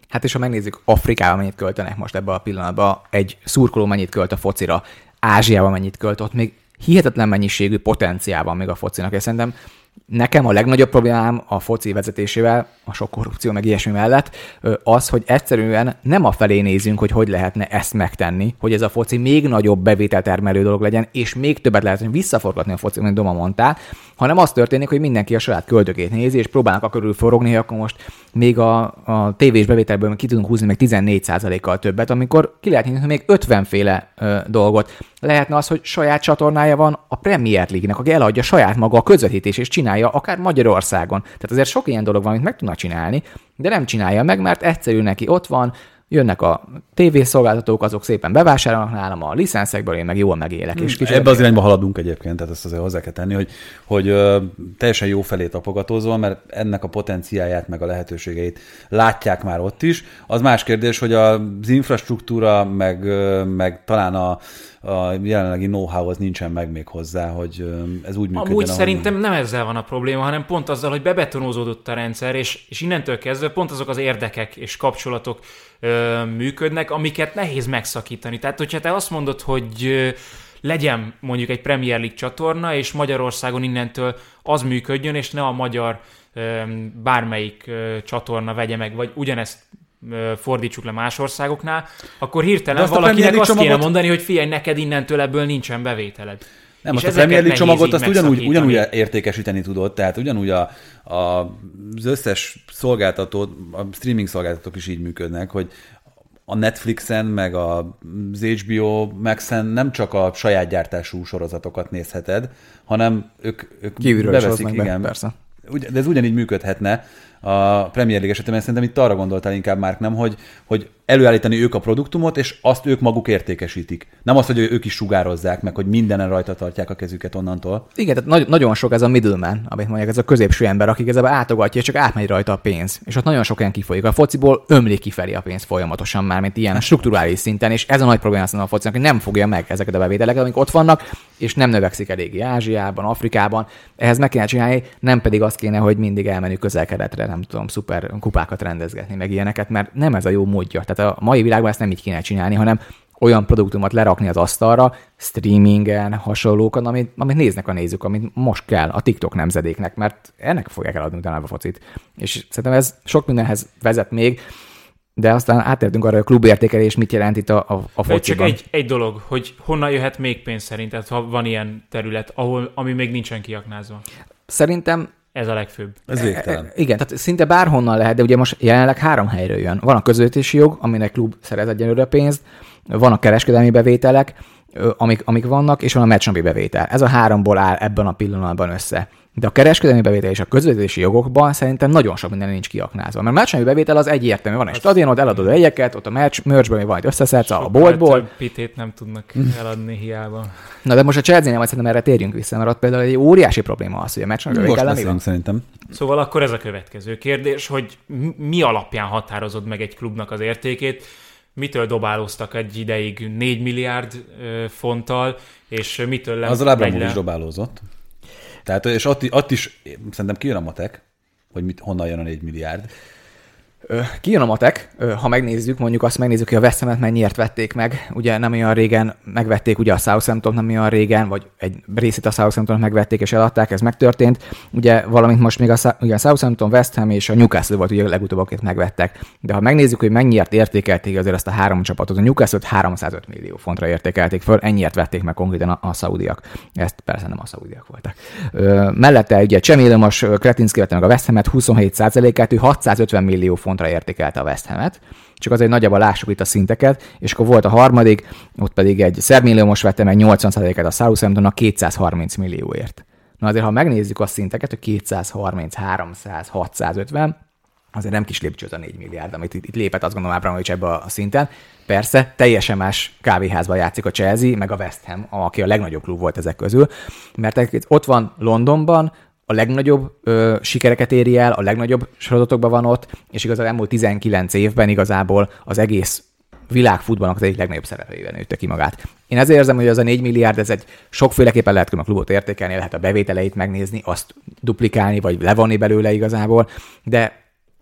Hát és ha megnézzük, Afrikában mennyit költenek most ebben a pillanatban, egy szurkoló mennyit költ a focira, Ázsiában mennyit költ, ott még hihetetlen mennyiségű potenciál van még a focinak, és szerintem nekem a legnagyobb problémám a foci vezetésével, a sok korrupció meg ilyesmi mellett, az, hogy egyszerűen nem a felé nézünk, hogy hogy lehetne ezt megtenni, hogy ez a foci még nagyobb bevételtermelő dolog legyen, és még többet lehet visszaforgatni a foci, mint Doma mondtál, hanem az történik, hogy mindenki a saját költökét nézi, és próbálnak a körül forogni, hogy akkor most még a, a tévés bevételből ki tudunk húzni meg tizennégy százalékkal többet, amikor ki lehet hinni, hogy még ötvenféle ö, dolgot. Lehetne az, hogy saját csatornája van a Premier League-nek, aki eladja saját maga a közvetítés, és csinálja akár Magyarországon. Tehát azért sok ilyen dolog van, amit meg tudnak csinálni, de nem csinálja meg, mert egyszerű neki ott van, jönnek a tévészolgáltatók, azok szépen bevásárolnak nálam a licenszekből, én meg jól megélek. És ebbe az irányba haladunk egyébként, tehát ezt azért hozzá kell tenni, hogy, hogy ö, teljesen jó felé tapogatózol, mert ennek a potenciáját meg a lehetőségeit látják már ott is. Az más kérdés, hogy az infrastruktúra, meg, meg talán a, a jelenlegi know-how az nincsen meg még hozzá, hogy ez úgy működjön. Amúgy szerintem nem ezzel van a probléma, hanem pont azzal, hogy bebetonózódott a rendszer, és, és innentől kezdve pont azok az érdekek és kapcsolatok ö, működnek, amiket nehéz megszakítani. Tehát, hogyha te azt mondod, hogy ö, legyen mondjuk egy Premier League csatorna, és Magyarországon innentől az működjön, és ne a magyar ö, bármelyik ö, csatorna vegye meg, vagy ugyanezt fordítsuk le más országoknál, akkor hirtelen valakinek azt csomagot... kéne mondani, hogy figyelj, neked innentől ebből nincsen bevételed. Nem, most a Premier League csomagot azt ugyanúgy, ugyanúgy értékesíteni tudod, tehát ugyanúgy a, a, az összes szolgáltató, a streaming szolgáltatók is így működnek, hogy a Netflixen, meg az há bé o Maxen nem csak a saját gyártású sorozatokat nézheted, hanem ők, ők beveszik, igen. Be, persze. De ez ugyanígy működhetne a Premier League esetében, szerintem itt arra gondoltál inkább, Márk, nem, hogy, hogy előállítani ők a produktumot, és azt ők maguk értékesítik. Nem azt, hogy ők is sugározzák meg, hogy mindenen rajta tartják a kezüket onnantól. Igen, tehát nagy, nagyon sok ez a middleman, amit mondják, ez a középső ember, aki igazából átogatja, és csak átmegy rajta a pénz. És ott nagyon sok olyan kifolyik. A fociból ömlik kifelé a pénz folyamatosan már, mint ilyen strukturális szinten, és ez a nagy probléma a focinak, hogy nem fogja meg ezeket a bevételeket, amik ott vannak, és nem növekszik eléggé Ázsiában, Afrikában. Ehhez meg kéne csinálni, nem pedig az kéne, hogy mindig elmenni közel-keletre, nem tudom, szuper kupákat rendezgetni, meg ilyeneket, mert nem ez a jó módja. Tehát a mai világban ezt nem így kéne csinálni, hanem olyan produktumot lerakni az asztalra, streamingen, hasonlókon, amit, amit néznek a nézők, amit most kell a TikTok nemzedéknek, mert ennek fogják eladni utána a focit. És szerintem ez sok mindenhez vezet még, de aztán átértünk arra, hogy a klubértékelés mit jelent itt a, a, a fociban. Csak egy, egy dolog, hogy honnan jöhet még pénz szerinted, ha van ilyen terület, ahol, ami még nincsen kiaknázva. Szerintem ez a legfőbb. Ez végtelen. Igen, tehát szinte bárhonnan lehet, de ugye most jelenleg három helyről jön. Van a közvetítési jog, aminek klub szerez egyelőre pénzt, van a kereskedelmi bevételek, amik, amik vannak, és van a meccsnapi bevétel. Ez a háromból áll ebben a pillanatban össze. De a kereskedelmi bevétel és a közvetítési jogokban szerintem nagyon sok minden nincs kiaknázva. Mert a meccsnapi bevétel az egyértelmű. Van egy stadionod, eladod a jegyeket, ott a meccs, merchben még van egy összeszedsz a boltból. Több pitét nem tudnak eladni hiába. Na de most a Chelsea-nél majd szerintem erre térjünk vissza, mert ott például egy óriási probléma az, hogy a meccsnapi bevétel nem van. Szerintem. Szóval akkor ez a következő kérdés, hogy mi alapján határozod meg egy klubnak az értékét, mitől dobálóztak egy ideig négy milliárd fonttal, és mitől nem... Az a Abramovich is dobálózott. Tehát, és ott, ott is szerintem kijön a matek, hogy mit, honnan jön a négy milliárd. Kijön a matek, ha megnézzük, mondjuk azt megnézzük, hogy a West Hamet mennyiért vették meg. Ugye nem olyan régen megvették ugye a Southampton, nem olyan régen, vagy egy részét a Southampton megvették és eladták, ez megtörtént. Ugye valamint most még a, ugye a Southampton, West Ham és a Newcastle volt ugye legutóbb, akit megvettek. De ha megnézzük, hogy mennyiért értékelték azért azt a három csapatot, a Newcastle-t háromszázöt millió fontra értékelték föl, ennyiért vették meg konkrétan a, a szaudiak. Ezt persze nem a szaudiak voltak. Ö, mellette ugye Csemilomos Kretinszki vette meg a West Hamet huszonhét százalékát, ő hatszázötven millió fontra értékelte a West Hamet. Csak azért nagyjából lássuk itt a szinteket, és akkor volt a harmadik, ott pedig egy Szermilomos vette meg nyolcvan százalékát a Southamptonnak kétszázharminc millióért. Na azért, ha megnézzük a szinteket, hogy kétszázharminc, háromszáz, hatszázötven, azért nem kis lépcső a négy milliárd, amit itt, itt lépett, azt gondolom Abramovich ebbe a szinten. Persze, teljesen más kávéházban játszik a Chelsea, meg a West Ham, aki a legnagyobb klub volt ezek közül, mert ott van Londonban, a legnagyobb ö, sikereket éri el, a legnagyobb sorozatokban van ott, és igazából elmúlt tizenkilenc évben igazából az egész világfutballnak az egyik legnagyobb szereplőjében nőtte ki magát. Én ezért érzem, hogy az a négy milliárd, ez egy sokféleképpen lehet a klubot értékelni, lehet a bevételeit megnézni, azt duplikálni, vagy levonni belőle igazából, de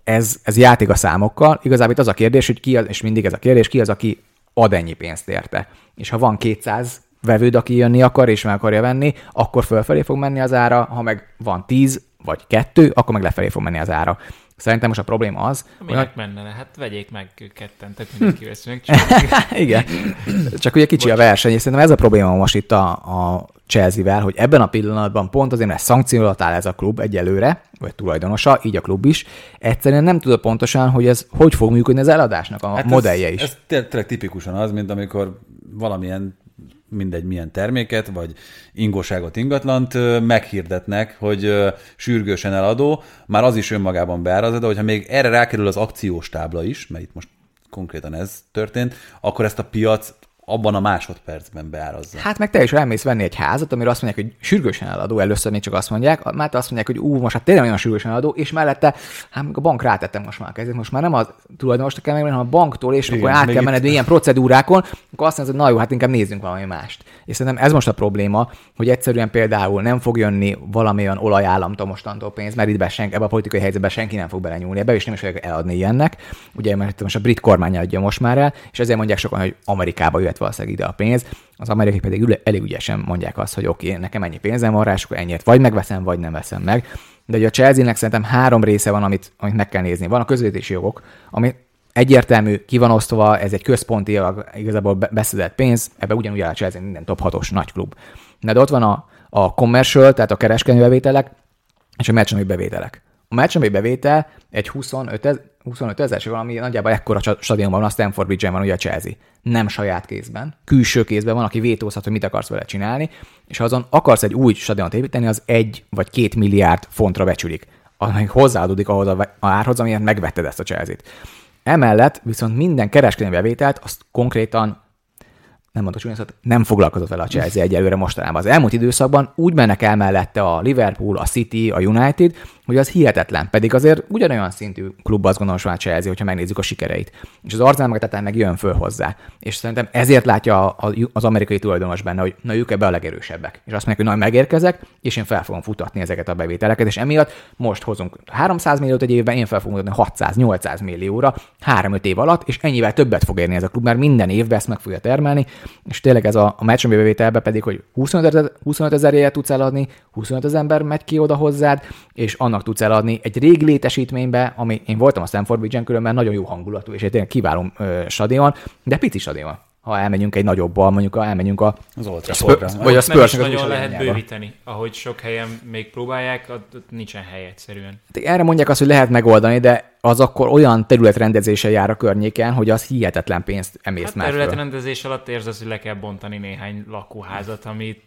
ez, ez játék a számokkal. Igazából itt az a kérdés, hogy ki az, és mindig ez a kérdés, ki az, aki ad ennyi pénzt érte. És ha van kétszáz vevőd, aki jönni akar, és meg akarja venni, akkor fölfelé fog menni az ára, ha meg van tíz vagy kettő, akkor meg lefelé fog menni az ára. Szerintem most a probléma az... Minek hogy... menne? Hát vegyék meg ketten, tehát mindenki vesz meg. Igen. Csak ugye kicsi Bocs. a verseny, és szerintem ez a probléma most itt a, a Chelsea-vel, hogy ebben a pillanatban pont azért, mert szankció alatt áll ez a klub egyelőre, vagy tulajdonosa, így a klub is, egyszerűen nem tudod pontosan, hogy ez hogy fog működni az eladásnak a hát modellje ez, is. Ez tényleg tipikusan az, mint amikor valamilyen mindegy milyen terméket, vagy ingóságot, ingatlant meghirdetnek, hogy sürgősen eladó, már az is önmagában beárazza, de hogyha még erre rákerül az akciós tábla is, mert itt most konkrétan ez történt, akkor ezt a piac abban a másodpercben beárazza. Hát meg te is elmész venni egy házat, amire azt mondják, hogy sürgősen eladó, először még csak azt mondják, már azt mondják, hogy ú, most hát tényleg olyan sürgősen eladó, és mellette, hát a bank rátettem most már a kezét, most már nem a tulajdonosnak kell megvenni, hanem a banktól, és igen, akkor át kell menned itt... ilyen procedúrákon, akkor azt mondod, hogy na jó, hát inkább nézzünk valami mást. És szerintem ez most a probléma, hogy egyszerűen például nem fog jönni valamilyen olajállamtól mostantól pénz, mert itt senki, ebbe a politikai helyzetben senki nem fog belenyúlni ebbe, és nem is fogják eladni ilyennek. Ugye, mert most a brit kormány adja most már el, és ezért mondják sokan, hogy Amerikába jöhet valószínűleg ide a pénz. Az amerikai pedig elég ügyesen mondják azt, hogy oké, okay, nekem ennyi pénzem van rá, és akkor ennyit vagy megveszem, vagy nem veszem meg. De ugye a Chelsea-nek szerintem három része van, amit, amit meg kell nézni. Van a közvetítési jogok, ami egyértelmű, ki van osztva, ez egy központi, igazából beszedett pénz, ebbe ugyanúgy áll a Chelsea minden top hatos nagy klub. De ott van a, a commercial, tehát a kereskedelmi bevételek, és a meccsnapi bevételek. A meccsnapi bevétel egy huszonöt ezer, valami nagyjából ekkora stadionban van, a Stamford Bridge-en van ugye a Chelsea. Nem saját kézben, külső kézben van, aki vétózhat, hogy mit akarsz vele csinálni, és ha azon akarsz egy új stadiont építeni, az egy vagy két milliárd fontra becsülik, amely hozzáadódik ahhoz a árhoz, amiért megvetted ezt a Chelsea-t. Emellett viszont minden kereskedelmi bevételt azt konkrétan nem mondta csúnya szót, nem foglalkozott vele a Chelsea egyelőre mostanában. Az elmúlt időszakban úgy mennek el mellette a Liverpool, a City, a United, hogy az hihetetlen. Pedig azért ugyanolyan szintű klub, azt gondolom, hogy a Chelsea, hogyha megnézzük a sikereit. És az Arsenal meg tettem meg jön föl hozzá. És szerintem ezért látja az amerikai tulajdonos benne, hogy na ők ebbe a legerősebbek. És azt mondják, hogy na megérkezek, és én fel fogom futatni ezeket a bevételeket. És emiatt most hozunk háromszáz milliót egy évben, én fel fogom mutatni hatszáz-nyolcszáz millióra három-öt év alatt, és ennyivel többet fog érni ez a klub, mert minden évben ezt meg fogja termelni. És tényleg ez a, a meccsnapi bevételben pedig, hogy huszonöt ezerért tudsz eladni, huszonöt ezer ember megy ki oda hozzád, és annak tudsz eladni egy régi létesítménybe, ami én voltam a Stamford Bridge-en különben, nagyon jó hangulatú, és egy tényleg kiváló ö, stadion, de pici stadion. Ha elmegyünk egy nagyobba, mondjuk ha elmegyünk a, az Old Traffordra. Vagy a Spurs-nek az nagyon lehet bővíteni, ahogy sok helyen még próbálják, ott nincsen hely egyszerűen. Erre mondják azt, hogy lehet megoldani, de az akkor olyan területrendezéssel jár a környéken, hogy az hihetetlen pénzt emész hát már föl. Területrendezés alatt érzed, hogy le kell bontani néhány lakóházat, amit...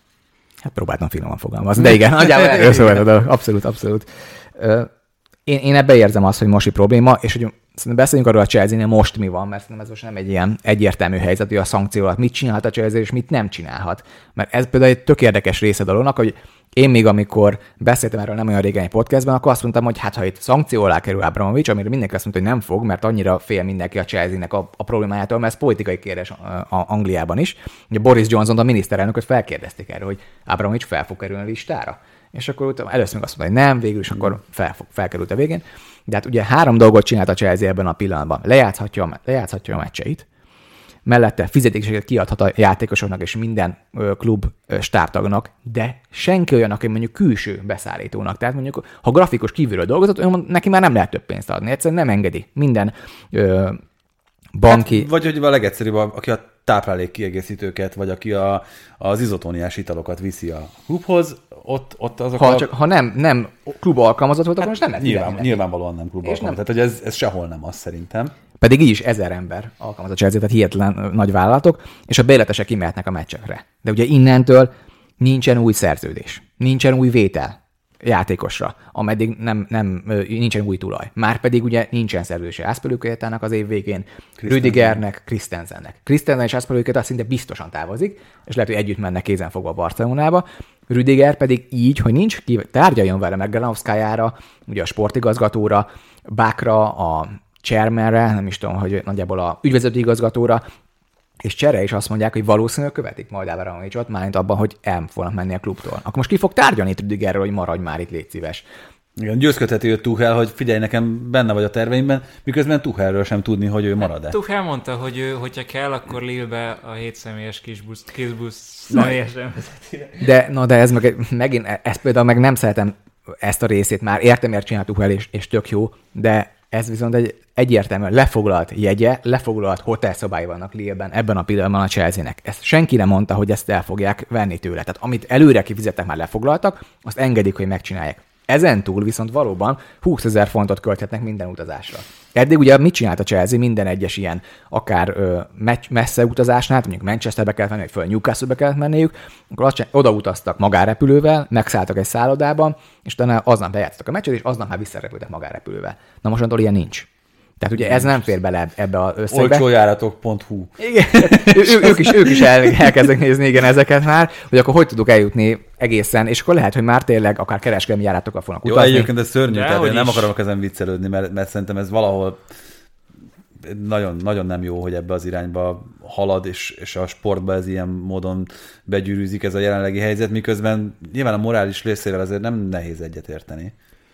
Hát próbáltam finoman fogalmazni, de igen, nagyjából erről szóval, abszolút, abszolút. Én, én ebbe érzem azt, hogy mosi probléma, és hogy szerintem beszéljünk arról a Chelsea-nél most mi van, mert szerintem ez most nem egy ilyen egyértelmű helyzet, hogy a szankció alatt mit csinálhat a Chelsea, és mit nem csinálhat. Mert ez például egy tök érdekes része dolognak, hogy én még amikor beszéltem erről nem olyan régen egy podcastban, akkor azt mondtam, hogy hát ha itt szankció alá kerül Abramovich, amire mindenki azt mondta, hogy nem fog, mert annyira fél mindenki a Chelsea-nek a, a problémájától, mert ez politikai kérdés a, a Angliában is. Ugye Boris Johnson, a miniszterelnököt felkérdezték erről, hogy Abramovich fel fog kerülni a listára. És akkor utána először még azt mondta, hogy nem, végül is akkor fel, felkerült a végén. De hát ugye három dolgot csinált a Chelsea ebben a pillanatban. Lejátszhatja, lejátszhatja a meccseit, mellette fizetéseket kiadhat a játékosoknak és minden ö, klub ö, stábtagnak, de senki olyan, aki mondjuk külső beszállítónak. Tehát mondjuk, ha grafikus kívülről dolgozott, olyan, neki már nem lehet több pénzt adni. Egyszerűen nem engedi. Minden ö, banki... Hát, vagy hogy a legegyszerűbb, aki a táplálék kiegészítőket, vagy aki a, az izotóniás italokat viszi a klubhoz, ott, ott azok ha, a... csak, ha nem, nem klub alkalmazott volt, akkor hát most nem lehet nyilván, nyilvánvalóan nem klub alkalmazott. Tehát, hogy ez, ez sehol nem az szerintem. Pedig így is ezer ember alkalmazott a Chelsea, tehát hihetetlen nagy vállalatok, és a bérletesek kimehetnek a meccsekre. De ugye innentől nincsen új szerződés, nincsen új vétel játékosra, ameddig nem, nem, nincsen új tulaj. Márpedig ugye nincsen szerződése Azpilicuétának az év végén, Rüdigernek, Christensennek. Christensen és Azpilicuéta szinte biztosan távozik, és lehet, hogy együtt mennek kézenfogva a Barcelonába. Rüdiger pedig így, hogy nincs ki, tárgyaljon vele meg Granovszkájára, ugye a sportigazgatóra, Bákra, a chairmanre, nem is tudom, hogy nagyjából a ügyvezető igazgatóra, és csere is azt mondják, hogy valószínűleg követik majd Abramovichot, mármint abban, hogy el fognak menni a klubtól. Akkor most ki fog tárgyalni Rüdigerről, hogy maradj már itt, légy szíves. Igen, győzködheti őt Tuchel, hogy figyelj, nekem benne vagy a terveimben, miközben Tuchelről sem tudni, hogy ő marad-e. Tuchel mondta, hogy ő, hogyha kell, akkor Lille-be a hétszemélyes kisbusz, kisbusz személyesen vezeti. De, no, de ez meg, megint, ezt például meg nem szeretem ezt a részét, már értem, miért csinál Tuchel, és, és tök jó, de ez viszont egy egyértelműen lefoglalt jegye, lefoglalt hotelszobái vannak Lille-ben, ebben a pillanatban a Chelsea-nek. Ezt senki nem mondta, hogy ezt el fogják venni tőle. Tehát amit előre kifizettek, már lefoglaltak, azt engedik, hogy megcsinálják. Ezen túl viszont valóban húszezer fontot költhetnek minden utazásra. Eddig ugye mit csinált a Chelsea minden egyes ilyen, akár ö, messze utazásnál, mondjuk Manchesterbe kellett menni, vagy föl Newcastle-be kellett menniük, akkor oda utaztak magárepülővel, megszálltak egy szállodában, és utána aznap bejátszottak a meccset, és aznap már visszarepültek magárepülővel. Na mostantól ilyen nincs. Tehát ugye ez nem fér bele ebbe az összegbe. olcsójáratok pont hu. Igen, ő, ők is, ők is el, elkezdenek nézni igen ezeket már, hogy akkor hogy tudok eljutni egészen, és akkor lehet, hogy már tényleg akár kereskedelmi járatokkal fognak utazni. Jó, egyébként ez szörnyű, de tehát én nem akarok ezen viccelődni, mert, mert szerintem ez valahol nagyon, nagyon nem jó, hogy ebbe az irányba halad, és, és a sportba ez ilyen módon begyűrűzik ez a jelenlegi helyzet, miközben nyilván a morális részével azért nem nehéz egyetérteni.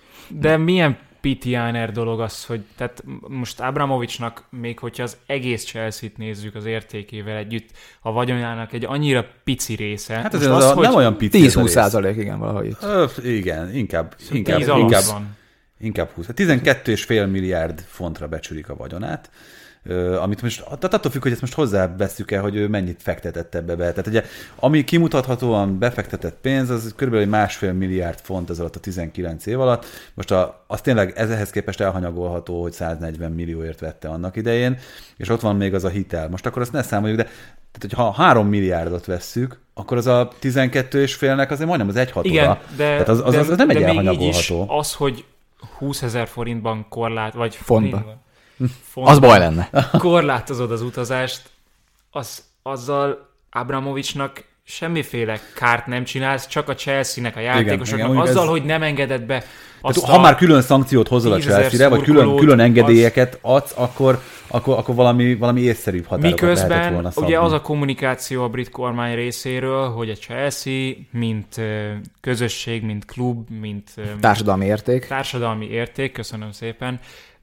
De milyen Pitiáner dolog az, hogy tehát most Abramovicsnak, még hogyha az egész Chelsea-t nézzük az értékével együtt, a vagyonának egy annyira pici része. Hát ez az, az nem olyan pici. tíz-húsz százalék, igen, valahogy itt. Ö, igen, inkább, inkább, tíz inkább, van. inkább húsz. tizenkét egész öt milliárd fontra becsülik a vagyonát, amit most, tehát attól függ, hogy ezt most hozzáveszünk el, hogy ő mennyit fektetett ebbe be. Tehát ugye, ami kimutathatóan befektetett pénz, az körülbelül másfél milliárd font az alatt a tizenkilenc év alatt. Most a, az tényleg ehhez képest elhanyagolható, hogy száznegyven millióért vette annak idején, és ott van még az a hitel. Most akkor azt ne számoljuk, de tehát, hogyha három milliárdot vesszük, akkor az a tizenkét és félnek azért majdnem az egy hatoda. Igen, de, tehát az, az, az, az nem de egy még elhanyagolható. így is az, hogy húszezer forintban korlát, vagy fontban. Fontban az baj lenne. korlátozod az utazást, az, azzal Abramovicsnak semmiféle kárt nem csinálsz, csak a Chelsea-nek, a játékosoknak, igen, igen, azzal, ez... hogy nem engedett be azt tehát, ha már külön szankciót hozol a Chelsea-re, vagy külön, külön engedélyeket adsz, akkor, akkor, akkor valami, valami észszerűbb határokat miközben lehetett volna szabni. Ugye az a kommunikáció a brit kormány részéről, hogy a Chelsea, mint közösség, mint klub, mint társadalmi érték, társadalmi érték, köszönöm szépen,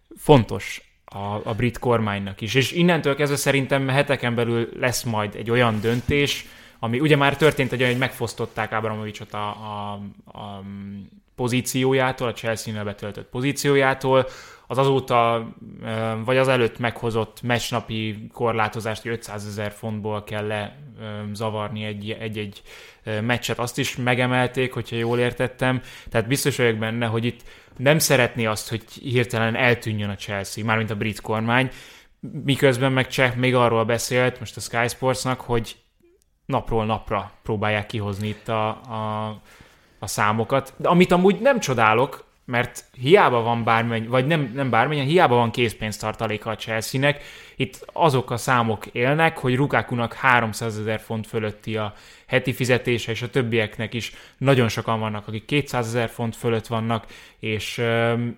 fontos a, a brit kormánynak is. És innentől kezdve szerintem heteken belül lesz majd egy olyan döntés, ami ugye már történt egy olyan, hogy megfosztották Abramovicsot a, a, a pozíciójától, a Chelsea-nél betöltött pozíciójától, az azóta, vagy az előtt meghozott meccsnapi korlátozást, hogy ötszázezer fontból kell lezavarni egy-egy meccset, azt is megemelték, hogyha jól értettem. Tehát biztos vagyok benne, hogy itt nem szeretné azt, hogy hirtelen eltűnjön a Chelsea, mármint a brit kormány, miközben meg Cseh még arról beszélt, most a Sky Sportsnak, hogy napról napra próbálják kihozni itt a, a, a számokat. De amit amúgy nem csodálok, mert hiába van bármennyi, vagy nem, nem bármennyi, hiába van készpénztartaléka a Chelsea-nek, itt azok a számok élnek, hogy Lukakunak háromszázezer font fölötti a heti fizetése, és a többieknek is nagyon sokan vannak, akik kétszázezer font fölött vannak, és öm,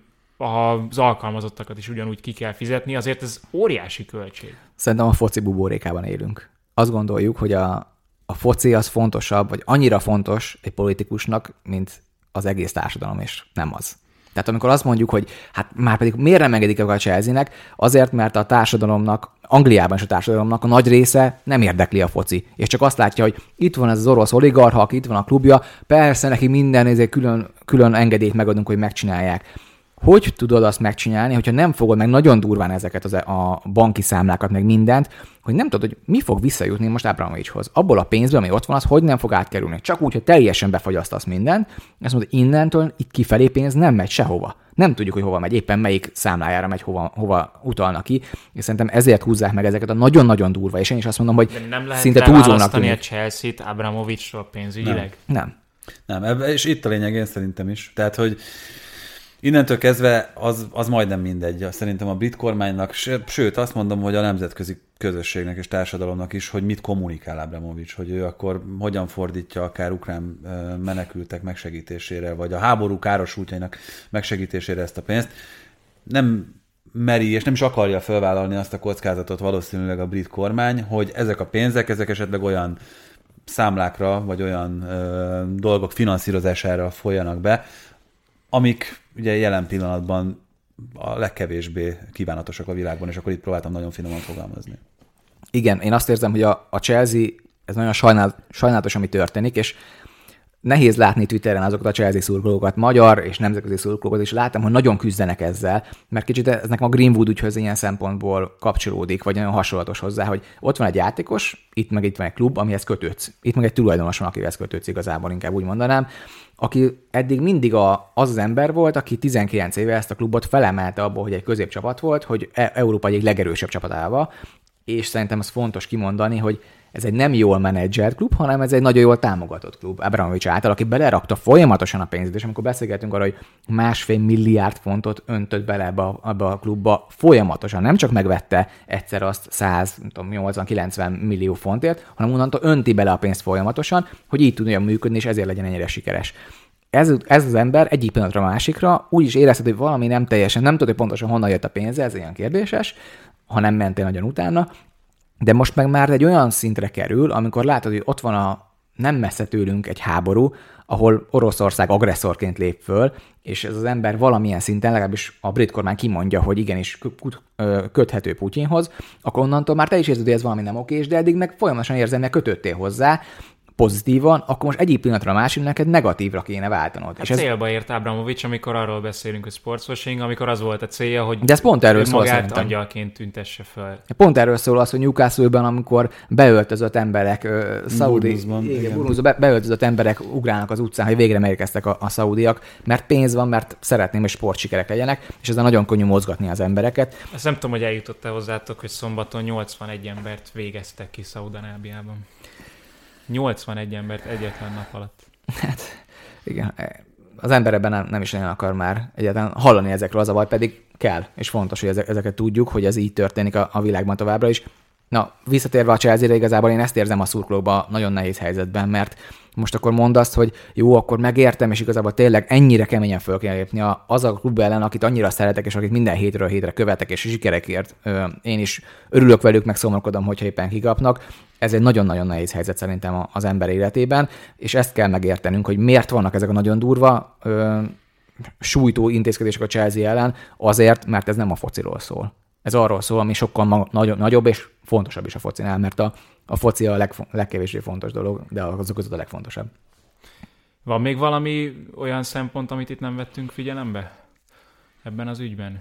az alkalmazottakat is ugyanúgy ki kell fizetni, azért ez óriási költség. Szerintem a foci buborékában élünk. Azt gondoljuk, hogy a, a foci az fontosabb, vagy annyira fontos egy politikusnak, mint az egész társadalom, és nem az. Tehát amikor azt mondjuk, hogy hát már pedig miért nem engedik el a Chelsea-nek, azért, mert a társadalomnak, Angliában is a társadalomnak a nagy része nem érdekli a foci, és csak azt látja, hogy itt van ez az orosz oligarcha, itt van a klubja, persze neki minden ezért külön, külön engedélyt megadunk, hogy megcsinálják. Hogy tudod azt megcsinálni, hogyha nem fogod meg nagyon durván ezeket az, a banki számlákat, meg mindent, hogy nem tudod, hogy mi fog visszajutni most Abramovicshoz. Abból a pénzből, ami ott van, az hogy nem fog átkerülni. Csak úgy, hogy teljesen befagyasztasz mindent, azt mondod, hogy innentől itt kifelé pénz nem megy sehova. Nem tudjuk, hogy hova megy, éppen melyik számlájára megy, hova, hova utalnak ki, és szerintem ezért húzzák meg ezeket a nagyon-nagyon durva, és én is azt mondom, hogy nem szinte túlzónak tűnik. A Chelsea-t Abramovicsról pénzügyileg? Nem. Nem. Nem, és itt a lényeg, én szerintem is. Tehát, hogy innentől kezdve az, az majdnem mindegy. Szerintem a brit kormánynak, sőt azt mondom, hogy a nemzetközi közösségnek és társadalomnak is, hogy mit kommunikál Abramovics, hogy ő akkor hogyan fordítja akár ukrán menekültek megsegítésére, vagy a háború károsultjainak megsegítésére ezt a pénzt. Nem meri és nem is akarja felvállalni azt a kockázatot valószínűleg a brit kormány, hogy ezek a pénzek, ezek esetleg olyan számlákra, vagy olyan ö, dolgok finanszírozására folyjanak be, amik ugye jelen pillanatban a legkevésbé kívánatosak a világban, és akkor itt próbáltam nagyon finoman fogalmazni. Igen, én azt érzem, hogy a, a Chelsea, ez nagyon sajnál, sajnálatos, ami történik, és nehéz látni Twitteren azokat a Chelsea szurkolókat, magyar és nemzetközi szurkolókat, és láttam, hogy nagyon küzdenek ezzel, mert kicsit ez nekem a Greenwood ügyhöz ilyen szempontból kapcsolódik, vagy nagyon hasonlatos hozzá, hogy ott van egy játékos, itt meg itt van egy klub, amihez kötődsz. Itt meg egy tulajdonos van, akihez kötődsz igazából, inkább úgy mondanám, aki eddig mindig a, az az ember volt, aki tizenkilenc éve ezt a klubot felemelte abból, hogy egy középcsapat volt, hogy Európa egyik legerősebb csapatával, és szerintem ez fontos kimondani, hogy ez egy nem jól menedzselt klub, hanem ez egy nagyon jól támogatott klub Abramovich által, aki belerakta folyamatosan a pénzét, és amikor beszélgetünk arra, hogy másfél milliárd fontot öntött bele ebbe a, ebbe a klubba folyamatosan, nem csak megvette egyszer azt száz, nyolcvan-kilencven millió fontért, hanem onnantól önti bele a pénzt folyamatosan, hogy így tudjon működni, és ezért legyen ennyire sikeres. Ez, ez az ember egyik pillanatra a másikra úgy is érezted, hogy valami nem teljesen, nem tudod, hogy pontosan honnan jött a pénze, ez ilyen kérdéses, ha nem mentél nagyon utána, de most meg már egy olyan szintre kerül, amikor látod, hogy ott van a nem messze tőlünk egy háború, ahol Oroszország agresszorként lép föl, és ez az ember valamilyen szinten, legalábbis a brit kormány kimondja, hogy igenis köthető Putyinhoz, akkor onnantól már te is érzed, hogy ez valami nem okés, de eddig meg folyamatosan érzed, hogy kötöttél hozzá, pozitívan, akkor most egyik pillanatra a másik neked negatívra kéne váltanod. Hát és célba ez... ért Abramovich, amikor arról beszélünk, hogy sportswashing, amikor az volt a célja, hogy de ez pont erről szól, magát szerintem. angyalként tüntesse föl. Pont erről szól az, hogy Newcastle-ben, amikor beöltözött emberek, uh, szaudi, be, beöltözött emberek ugrálnak az utcán, hogy végre megérkeztek a, a szaudiak, mert pénz van, mert szeretném, hogy sportsikerek legyenek, és ezzel nagyon könnyű mozgatni az embereket. Ezt nem tudom, hogy eljutott-e hozzátok, hogy szombaton nyolcvanegy embert végeztek ki Szaúd-Arábiában. nyolcvanegy embert egyetlen nap alatt. Hát igen, az ember ebben nem, nem is nagyon akar már egyáltalán hallani ezekről, az a baj, pedig kell, és fontos, hogy ezeket tudjuk, hogy ez így történik a, a világban továbbra is. Na, visszatérve a Chelsea-re, igazából én ezt érzem a szurkolókban nagyon nehéz helyzetben, mert most akkor mondd azt, hogy jó, akkor megértem, és igazából tényleg ennyire keményen föl kell lépni az a klub ellen, akit annyira szeretek, és akit minden hétről hétre követek, és sikerekért én is örülök velük, meg szomorkodom, hogyha éppen kikapnak. Ez egy nagyon-nagyon nehéz helyzet szerintem az ember életében, és ezt kell megértenünk, hogy miért vannak ezek a nagyon durva ö, sújtó intézkedések a Chelsea ellen, azért, mert ez nem a fociról szól. Ez arról szól, ami sokkal ma- nagyobb, nagyobb és fontosabb is a focinál, mert a, a foci a leg, legkevésbé fontos dolog, de azok között a legfontosabb. Van még valami olyan szempont, amit itt nem vettünk figyelembe ebben az ügyben?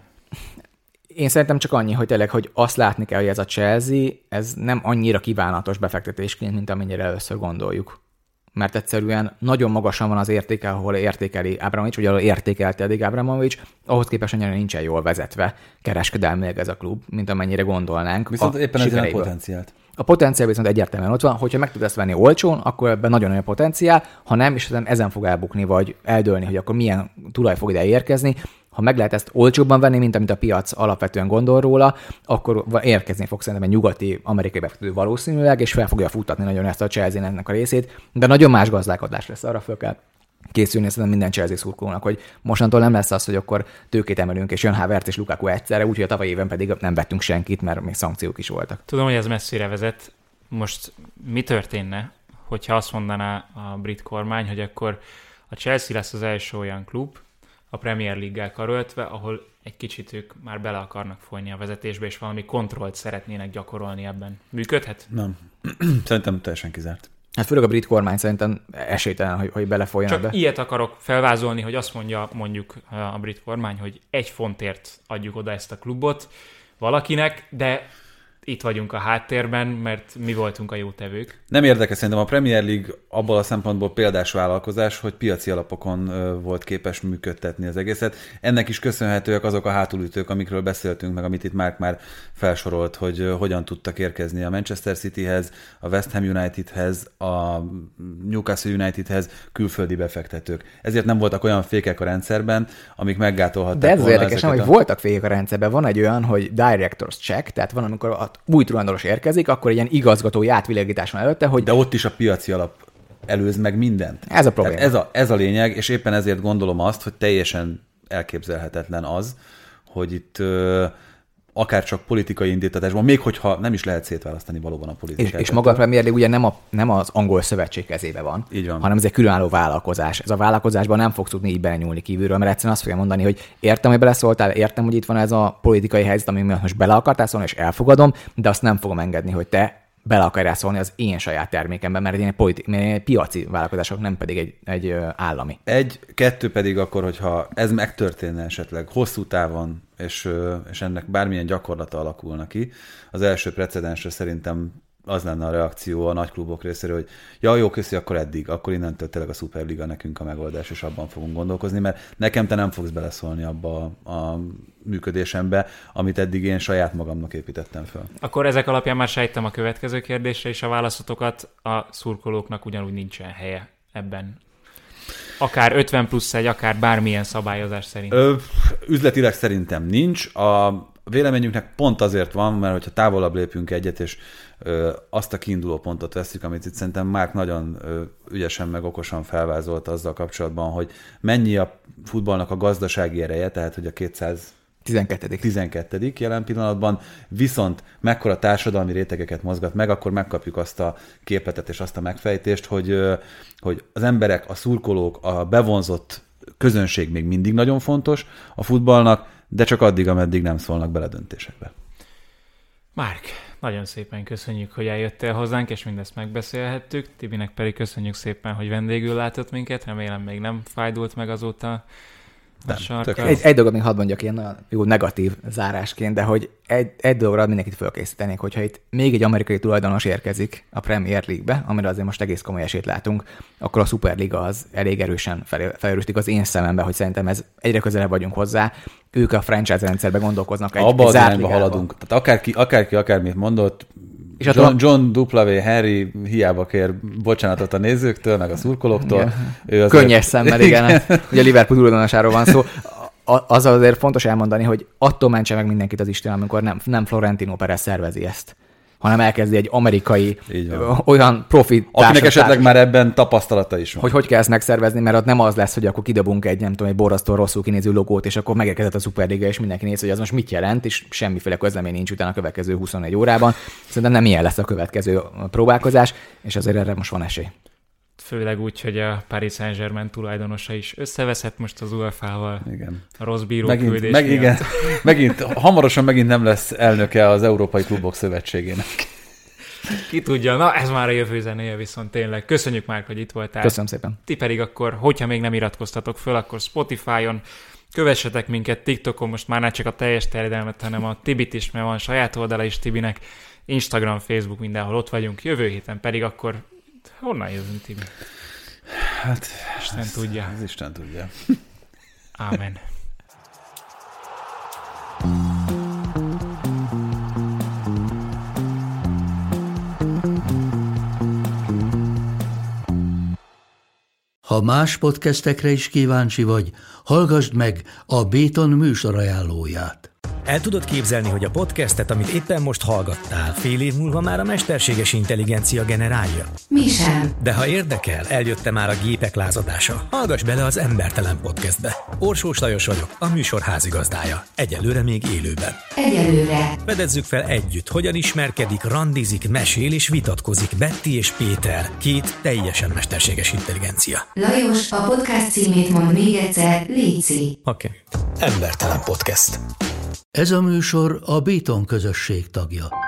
Én szerintem csak annyi, hogy tényleg, hogy azt látni kell, hogy ez a Chelsea, ez nem annyira kívánatos befektetésként, mint amennyire először gondoljuk. Mert egyszerűen nagyon magasan van az értéke, ahol értékeli Abramovich, vagy ahol értékelte eddig Abramovich, ahhoz képest annyira nincsen jól vezetve kereskedelmileg ez a klub, mint amennyire gondolnánk. Viszont éppen ezért a potenciált. A potenciál viszont egyértelműen ott van, hogyha meg tud ezt venni olcsón, akkor ebben nagyon nagy a potenciál, ha nem, és ezen fog elbukni, vagy eldőlni, hogy akkor milyen tulaj fog ide érkezni. Ha meg lehet ezt olcsóbban venni, mint amit a piac alapvetően gondol róla, akkor érkezni fog szerintem egy nyugati amerikai befektető valószínűleg, és fel fogja futtatni nagyon ezt a Chelsea-nek a részét, de nagyon más gazdálkodás lesz, arra föl kell készülni szerintem minden Chelsea szurkolónak, hogy mostantól nem lesz az, hogy akkor tőkét emelünk, és jön Havertz és Lukaku egyszerre, úgyhogy a tavalyi éven pedig nem vettünk senkit, mert még szankciók is voltak. Tudom, hogy ez messzire vezet. Most mi történne, hogyha azt mondaná a brit kormány, hogy akkor a Chelsea lesz az első olyan klub, a Premier League-gel karöltve, ahol egy kicsit ők már bele akarnak folyni a vezetésbe, és valami kontrollt szeretnének gyakorolni ebben. Működhet? Nem. Szerintem teljesen kizárt. Hát főleg a brit kormány szerintem esélytelen, hogy, hogy belefolyjanak be. Csak ilyet akarok felvázolni, hogy azt mondja mondjuk a brit kormány, hogy egy fontért adjuk oda ezt a klubot valakinek, de itt vagyunk a háttérben, mert mi voltunk a jótevők. Nem érdekes, szerintem a Premier League abból a szempontból példás vállalkozás, hogy piaci alapokon volt képes működtetni az egészet. Ennek is köszönhetőek azok a hátulütők, amikről beszéltünk, meg amit itt Márk már felsorolt, hogy hogyan tudtak érkezni a Manchester Cityhez, a West Ham Unitedhez, a Newcastle Unitedhez külföldi befektetők. Ezért nem voltak olyan fékek a rendszerben, amik meggátolhatták volna. De ez volna az érdekes, nem, hogy a... voltak fékek a rendszerben. Van egy olyan, hogy director's check, tehát van, amikor a új tulajdonos érkezik, akkor egy ilyen igazgatói átvilágítás van előtte, hogy... De ott is a piaci alap előz meg mindent. Ez a probléma. Ez a, ez a lényeg, és éppen ezért gondolom azt, hogy teljesen elképzelhetetlen az, hogy itt ö, akár csak politikai indítatásban, még hogyha nem is lehet szétválasztani valóban a politikát. És, és maga a Premier League ugye nem, a, nem az angol szövetség kezébe van, Így van, hanem ez egy különálló vállalkozás. Ez a vállalkozásban nem fogsz tudni így belenyúlni kívülről, mert egyszerűen azt fogja mondani, hogy értem, hogy beleszóltál, értem, hogy itt van ez a politikai helyzet, ami miatt most bele akartál szólni, és elfogadom, de azt nem fogom engedni, hogy te bele akarjál szólni az én saját termékemben, mert egy, politi- egy piaci vállalkozások, nem pedig egy, egy állami. Egy, kettő pedig akkor, hogyha ez megtörténne esetleg hosszú távon, és, és ennek bármilyen gyakorlata alakulna ki, az első precedensre szerintem az lenne a reakció a nagy klubok részéről, hogy ja, jó, köszi, akkor eddig, akkor innentől tényleg a Superliga nekünk a megoldás, és abban fogunk gondolkozni, mert nekem te nem fogsz beleszólni abba a működésembe, amit eddig én saját magamnak építettem föl. Akkor ezek alapján már sejtem a következő kérdésre, és a válaszotokat a szurkolóknak ugyanúgy nincsen helye ebben. Akár ötven plusz egy, akár bármilyen szabályozás szerint. Ö, üzletileg szerintem nincs. A véleményünknek pont azért van, mert hogyha távolabb lépünk egyet, és ö, azt a kiinduló pontot veszük, amit itt szerintem Márk nagyon ö, ügyesen meg okosan felvázolta azzal kapcsolatban, hogy mennyi a futballnak a gazdasági ereje, tehát hogy a kétszáztizenkettedik tizenkettedik jelen pillanatban, viszont mekkora társadalmi rétegeket mozgat meg, akkor megkapjuk azt a képletet és azt a megfejtést, hogy, ö, hogy az emberek, a szurkolók, a bevonzott közönség még mindig nagyon fontos a futballnak, de csak addig, ameddig nem szólnak bele döntésekbe. Márk, nagyon szépen köszönjük, hogy eljöttél hozzánk, és mindezt megbeszélhettük. Tibinek pedig köszönjük szépen, hogy vendégül látott minket. Remélem még nem fájdult meg azóta a sarka. Egy, egy dolgot még hadd mondjak ilyen nagyon jó negatív zárásként, de hogy egy, egy dologra mindenkit fölkészítenék, hogyha itt még egy amerikai tulajdonos érkezik a Premier League-be, amire azért most egész komoly esélyt látunk, akkor a Superliga az elég erősen felerősítik az én szemembe, hogy szerintem ez egyre közelebb vagyunk hozzá. Ők a franchise rendszerbe gondolkoznak. Egy, Abba egy az zárt irányba ligában. haladunk. Tehát akárki, akárki akármit mondott, És John, John W. Henry hiába kér bocsánatot a nézőktől, meg a szurkolóktól. Ő azért... Könnyes szemmel, igen. Ugye a Liverpool tulajdonosáról van szó. Az azért fontos elmondani, hogy attól mentse meg mindenkit az Isten, amikor nem, nem Florentino Perez szervezi ezt, hanem elkezdi egy amerikai olyan profi akinek esetleg már ebben tapasztalata is van. Hogy hogy kell ezt megszervezni, mert ott nem az lesz, hogy akkor kidobunk egy, nem tudom, egy borzasztó rosszul kinéző logót, és akkor megérkezett a Superliga, és mindenki néz, hogy az most mit jelent, és semmiféle közlemény nincs utána a következő huszonegy órában. Szerintem nem ilyen lesz a következő próbálkozás, és azért erre most van esély. Főleg úgy, hogy a Paris Saint-Germain tulajdonosa is összeveszett most az u ef á-val. Igen. A rossz bíróküldés meg, igen, megint, hamarosan megint nem lesz elnöke az Európai Klubok Szövetségének. Ki tudja, na ez már a jövő zenéje viszont tényleg. Köszönjük már, hogy itt voltál. Köszönöm szépen. Ti pedig akkor, hogyha még nem iratkoztatok föl, akkor Spotify-on, kövessetek minket TikTokon, most már nem csak a teljes terjedelmet, hanem a Tibit is, mert van saját oldala is Tibinek. Instagram, Facebook, mindenhol ott vagyunk. Jövő héten pedig akkor honnan jövünk, Tibi? Hát, Isten ez, tudja. Ez Isten tudja. Ámen. Ha más podcastekre is kíváncsi vagy, hallgassd meg a Béton műsor ajánlóját. El tudod képzelni, hogy a podcastet, amit éppen most hallgattál, fél év múlva már a mesterséges intelligencia generálja? Mi sem. De ha érdekel, eljött már a gépek lázadása. Hallgass bele az Embertelen Podcastbe. Orsós Lajos vagyok, a műsor házigazdája. Egyelőre még élőben. Egyelőre. Fedezzük fel együtt, hogyan ismerkedik, randizik, mesél és vitatkozik Betty és Péter, két teljesen mesterséges intelligencia. Lajos, a podcast címét mond még egyszer, léci. Oké. Okay. Embertelen Podcast. Ez a műsor a Béton közösség tagja.